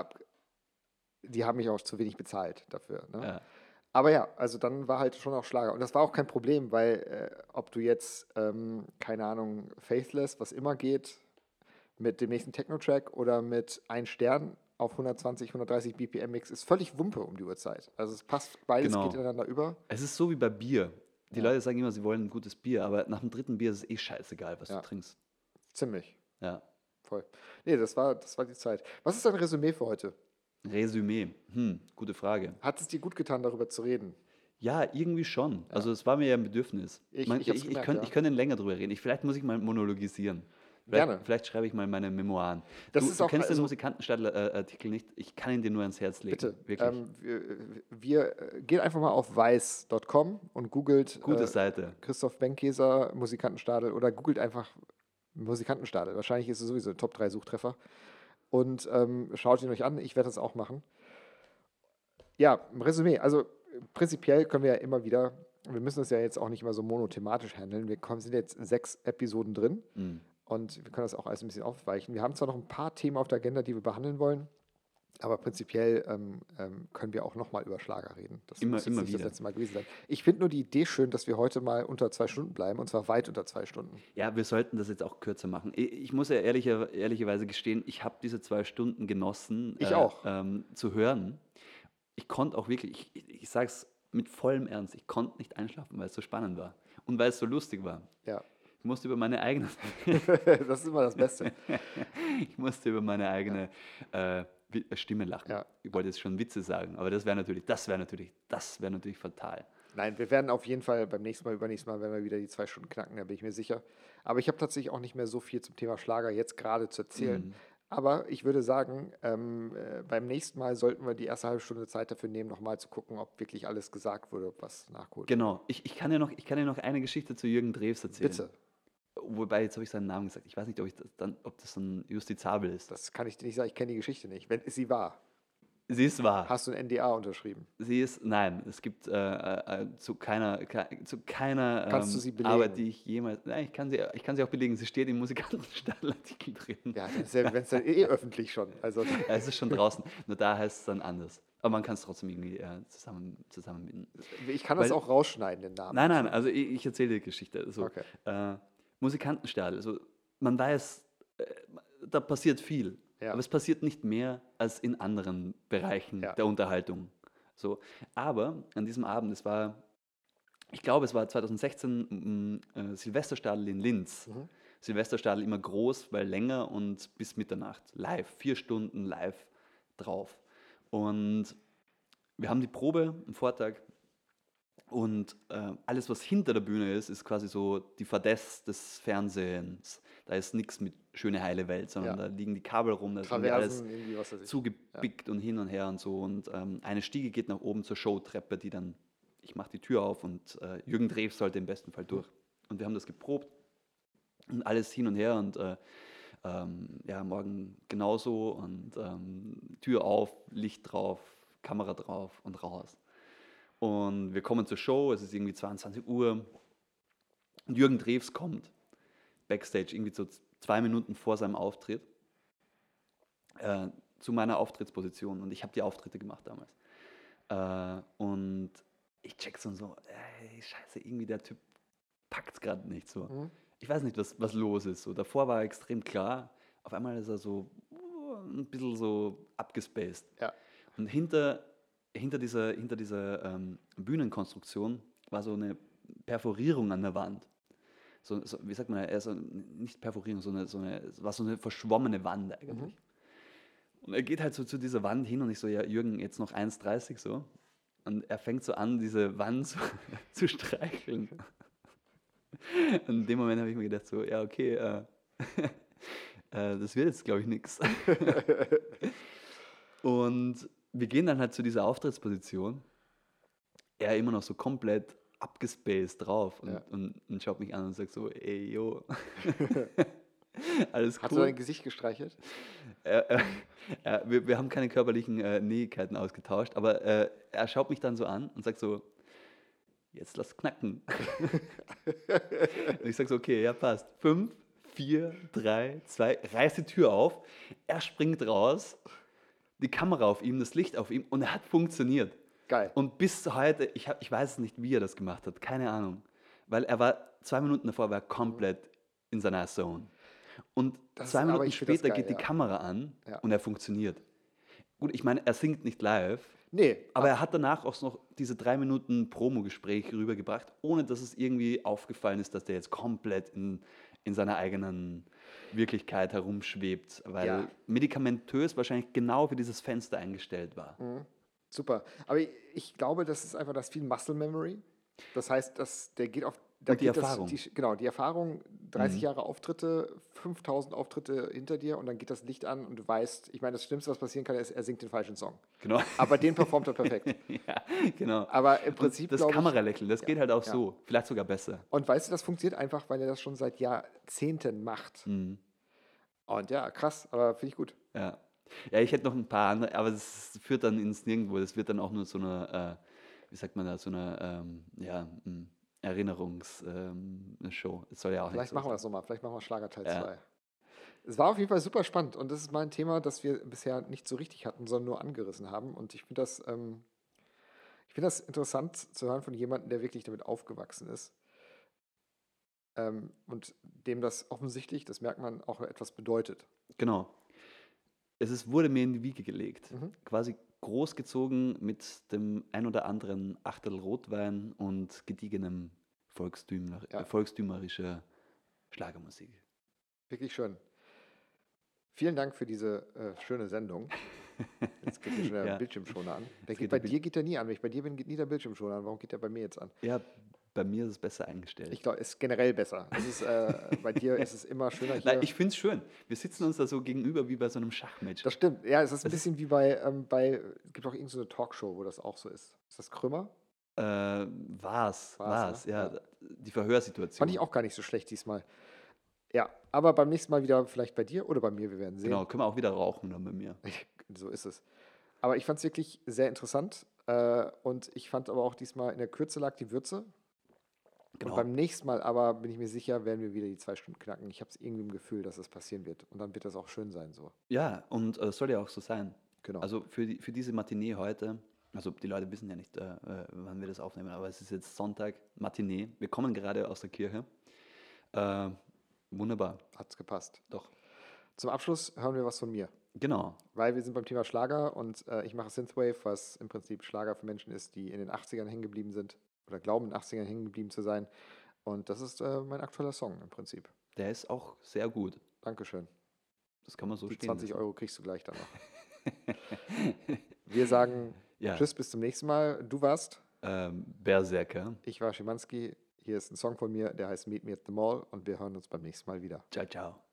S3: die haben mich auch zu wenig bezahlt dafür. Ne?
S2: Ja.
S3: Aber ja, also dann war halt schon auch Schlager. Und das war auch kein Problem, weil ob du jetzt, keine Ahnung, Faithless, was immer geht, mit dem nächsten Techno-Track oder mit ein Stern auf 120, 130 BPM Mix, ist völlig Wumpe um die Uhrzeit. Also es passt, beides
S2: Genau.
S3: geht ineinander über.
S2: Es ist so wie bei Bier. Die Leute sagen immer, sie wollen ein gutes Bier, aber nach dem dritten Bier ist es eh scheißegal, was
S3: Ja.
S2: du trinkst.
S3: Ziemlich,
S2: Ja.
S3: voll. Nee, das war die Zeit. Was ist dein Resümee für heute?
S2: Resümee. Gute Frage.
S3: Hat es dir gut getan, darüber zu reden?
S2: Ja, irgendwie schon. Also es war mir ja ein Bedürfnis.
S3: Ich
S2: Man-
S3: hab's gemerkt, ja.
S2: ich könnte länger drüber reden. Vielleicht muss ich mal monologisieren.
S3: Gerne.
S2: Vielleicht schreibe ich mal meine Memoiren.
S3: Das
S2: Du
S3: ist auch,
S2: kennst den
S3: also,
S2: Musikantenstadel-Artikel nicht. Ich kann ihn dir nur ans Herz legen.
S3: bitte.
S2: Wirklich.
S3: Geht einfach mal auf weiß.com und googelt
S2: Gute Seite.
S3: Christoph Benckeser, Musikantenstadel oder googelt einfach Musikantenstadel. Wahrscheinlich ist es sowieso ein Top 3 Suchtreffer. Und schaut ihn euch an. Ich werde das auch machen. Ja, im Resümee. Also prinzipiell können wir ja immer wieder, wir müssen das ja jetzt auch nicht immer so monothematisch handeln. Sind jetzt 6 Episoden drin
S2: Mhm.
S3: und wir können das auch alles ein bisschen aufweichen. Wir haben zwar noch ein paar Themen auf der Agenda, die wir behandeln wollen, aber prinzipiell können wir auch nochmal über Schlager reden. Das
S2: Immer
S3: muss jetzt nicht
S2: wieder.
S3: das letzte Mal gewesen sein. Ich finde nur die Idee schön, dass wir heute mal unter 2 Stunden bleiben, und zwar weit unter 2 Stunden.
S2: Ja, wir sollten das jetzt auch kürzer machen. Ich muss ja ehrlicherweise gestehen, ich habe diese 2 Stunden genossen,
S3: Ich auch.
S2: zu hören. Ich konnte auch wirklich, ich sage es mit vollem Ernst, ich konnte nicht einschlafen, weil es so spannend war und weil es so lustig war.
S3: Ja,
S2: Ich musste über meine eigene,
S3: das ist immer das Beste.
S2: ich musste über meine eigene Stimme lachen.
S3: Ja.
S2: Ich wollte jetzt schon Witze sagen, aber das wäre natürlich fatal.
S3: Nein, wir werden auf jeden Fall übernächsten Mal, wenn wir wieder die 2 Stunden knacken, da bin ich mir sicher. Aber ich habe tatsächlich auch nicht mehr so viel zum Thema Schlager jetzt gerade zu erzählen.
S2: Mhm.
S3: Aber ich würde sagen, beim nächsten Mal sollten wir die erste halbe Stunde Zeit dafür nehmen, nochmal zu gucken, ob wirklich alles gesagt wurde, ob was nachgeholt wurde.
S2: Genau, ich kann dir noch eine Geschichte zu Jürgen Drews erzählen.
S3: Bitte,
S2: Wobei, jetzt habe ich seinen Namen gesagt. Ich weiß nicht, ob das dann justizabel ist.
S3: das kann ich dir nicht sagen, ich kenne die Geschichte nicht. Wenn sie wahr,
S2: Sie ist wahr.
S3: hast du ein NDA unterschrieben?
S2: Nein, es gibt zu keiner
S3: Kannst du sie belegen?
S2: Arbeit, die ich jemals, nein, ich kann sie auch belegen. Sie steht im Musikantenstadel-Artikel drin.
S3: Ja, wenn es dann eh öffentlich schon. Also,
S2: Ja, es ist schon draußen, nur da heißt es dann anders. Aber man kann es trotzdem irgendwie zusammenbinden.
S3: ich kann das
S2: Weil-
S3: auch rausschneiden, den Namen.
S2: Nein, also ich erzähle die Geschichte. Also,
S3: Okay.
S2: Musikantenstadel, also man weiß, da passiert viel,
S3: Ja.
S2: aber es passiert nicht mehr als in anderen Bereichen
S3: Ja.
S2: der Unterhaltung. So. Aber an diesem Abend, ich glaube, es war 2016 Silvesterstadel in Linz.
S3: Mhm.
S2: Silvesterstadel immer groß, weil länger und bis Mitternacht live, 4 Stunden live drauf. Und wir haben die Probe am Vortag und alles, was hinter der Bühne ist quasi so die Fadesse des Fernsehens. Da ist nichts mit schöne heile Welt, sondern
S3: Ja.
S2: da liegen die Kabel rum, da ist irgendwie alles
S3: Traversen, irgendwie, was weiß ich.
S2: zugepickt und hin und her und so. Und eine Stiege geht nach oben zur Showtreppe, die dann, ich mache die Tür auf und Jürgen Drews sollte im besten Fall durch. Und wir haben das geprobt und alles hin und her und ja, morgen genauso und Tür auf, Licht drauf, Kamera drauf und raus. Und wir kommen zur Show, es ist irgendwie 22 Uhr und Jürgen Drews kommt Backstage, irgendwie so 2 Minuten vor seinem Auftritt zu meiner Auftrittsposition und ich habe die Auftritte gemacht damals. Und ich check so, ey, scheiße, irgendwie der Typ packt gerade nicht so.
S3: Mhm.
S2: Ich weiß nicht, was los ist. So, davor war er extrem klar, auf einmal ist er so ein bisschen so abgespaced.
S3: Ja.
S2: Und hinter dieser Bühnenkonstruktion war so eine Perforierung an der Wand. So, wie sagt man, nicht Perforierung, war so eine verschwommene Wand eigentlich.
S3: Mhm.
S2: Und er geht halt so zu dieser Wand hin und ich so, ja, Jürgen, jetzt noch 1,30 so. Und er fängt so an, diese Wand so zu streicheln. Und in dem Moment habe ich mir gedacht, so, ja, okay, das wird jetzt, glaube ich, nichts. Und wir gehen dann halt zu dieser Auftrittsposition. Er immer noch so komplett abgespaced drauf und,
S3: Ja.
S2: und schaut mich an und sagt so, ey, yo. Alles
S3: Hast du
S2: cool.
S3: dein Gesicht gestreichelt?
S2: Wir haben keine körperlichen Nähigkeiten ausgetauscht, aber er schaut mich dann so an und sagt so, jetzt lass knacken. Und ich sage so, okay, ja passt. 5, 4, 3, 2, reiß die Tür auf, er springt raus, die Kamera auf ihm, das Licht auf ihm und er hat funktioniert.
S3: Geil.
S2: Und bis heute, ich weiß nicht, wie er das gemacht hat, keine Ahnung. Weil er war 2 Minuten davor, war er komplett in seiner Zone. Und
S3: Das
S2: 2
S3: ist- aber
S2: Minuten
S3: ich find das
S2: später
S3: geil,
S2: geht die
S3: ja.
S2: Kamera an
S3: Ja.
S2: und er funktioniert. Gut, ich meine, er singt nicht live,
S3: Nee,
S2: aber er hat danach auch noch diese 3 Minuten Promo-Gespräch rübergebracht, ohne dass es irgendwie aufgefallen ist, dass der jetzt komplett in seiner eigenen Wirklichkeit herumschwebt, weil
S3: Ja.
S2: medikamentös wahrscheinlich genau für dieses Fenster eingestellt war.
S3: super. Aber ich glaube, das ist einfach das viel Muscle Memory. Das heißt, der geht auf da
S2: Und die
S3: geht
S2: Erfahrung.
S3: Genau, die Erfahrung, 30
S2: Mhm.
S3: Jahre Auftritte, 5000 Auftritte hinter dir und dann geht das Licht an und du weißt, ich meine, das Schlimmste, was passieren kann, ist, er singt den falschen Song.
S2: Genau.
S3: Aber den performt er perfekt.
S2: Ja, genau.
S3: Aber im
S2: Und
S3: Prinzip,
S2: das
S3: glaube ich,
S2: Kameralächeln, das
S3: ja,
S2: geht halt auch
S3: ja.
S2: so. Vielleicht sogar besser.
S3: Und weißt du, das funktioniert einfach, weil er das schon seit Jahrzehnten macht.
S2: Mhm.
S3: Und ja, krass, aber finde ich gut.
S2: Ja. Ja, ich hätte noch ein paar andere, aber das führt dann ins Nirgendwo. Das wird dann auch nur so eine, wie sagt man da, so eine Erinnerungsshow. Das soll ja auch nicht
S3: Vielleicht
S2: so
S3: machen wir
S2: sein.
S3: das nochmal, vielleicht machen wir Schlager Teil
S2: Ja.
S3: 2. Es war auf jeden Fall super spannend und das ist mal ein Thema, das wir bisher nicht so richtig hatten, sondern nur angerissen haben. Und ich finde das interessant zu hören von jemandem, der wirklich damit aufgewachsen ist und dem das offensichtlich, das merkt man, auch etwas bedeutet.
S2: Genau. Wurde mir in die Wiege gelegt.
S3: Mhm.
S2: Quasi großgezogen mit dem ein oder anderen Achtel Rotwein und gediegenem
S3: Ja.
S2: volkstümerischer Schlagermusik.
S3: Wirklich schön. Vielen Dank für diese schöne Sendung. Jetzt geht hier schon der
S2: Ja.
S3: Bildschirmschoner an.
S2: geht
S3: Bei
S2: der
S3: dir geht der nie an. Wenn ich bei dir bin, geht nie der Bildschirmschoner an. Warum geht der bei mir jetzt an?
S2: Ja, bei mir ist es besser eingestellt.
S3: Ich glaube, es ist generell besser. Es ist, bei dir ist es immer schöner hier.
S2: Nein, ich finde es schön. Wir sitzen uns da so gegenüber wie bei so einem Schachmatch.
S3: Das stimmt. Ja, es ist ein bisschen wie es gibt auch irgendeine Talkshow, wo das auch so ist. Ist das Krümmer?
S2: War's,
S3: ne?
S2: ja.
S3: Ja.
S2: Die Verhörsituation.
S3: Fand ich auch gar nicht so schlecht diesmal. Ja, aber beim nächsten Mal wieder vielleicht bei dir oder bei mir, wir werden sehen.
S2: Genau, können wir auch wieder rauchen dann bei mir.
S3: So ist es. Aber ich fand es wirklich sehr interessant und ich fand aber auch diesmal in der Kürze lag die Würze.
S2: Genau.
S3: Und beim nächsten Mal aber bin ich mir sicher, werden wir wieder die 2 Stunden knacken. Ich habe es irgendwie im Gefühl, dass das passieren wird. Und dann wird das auch schön sein so.
S2: Ja, und soll ja auch so sein.
S3: Genau.
S2: Also für diese Matinee heute, also die Leute wissen ja nicht, wann wir das aufnehmen, aber es ist jetzt Sonntag, Matinee. Wir kommen gerade aus der Kirche. Wunderbar,
S3: Hat's gepasst.
S2: doch.
S3: Zum Abschluss hören wir was von mir.
S2: Genau,
S3: Weil wir sind beim Thema Schlager und ich mache Synthwave, was im Prinzip Schlager für Menschen ist, die in den 80ern hängen geblieben sind oder glauben, in den 80ern hängen geblieben zu sein. Und das ist mein aktueller Song im Prinzip.
S2: der ist auch sehr gut.
S3: Dankeschön.
S2: Das kann man so
S3: Die
S2: stehen
S3: 20
S2: lassen.
S3: Euro kriegst du gleich dann noch. Wir sagen
S2: Ja.
S3: Tschüss, bis zum nächsten Mal. Du warst,
S2: Berserker.
S3: ich war Schimanski. Hier ist ein Song von mir, der heißt Meet Me at the Mall und wir hören uns beim nächsten Mal wieder.
S2: Ciao, ciao.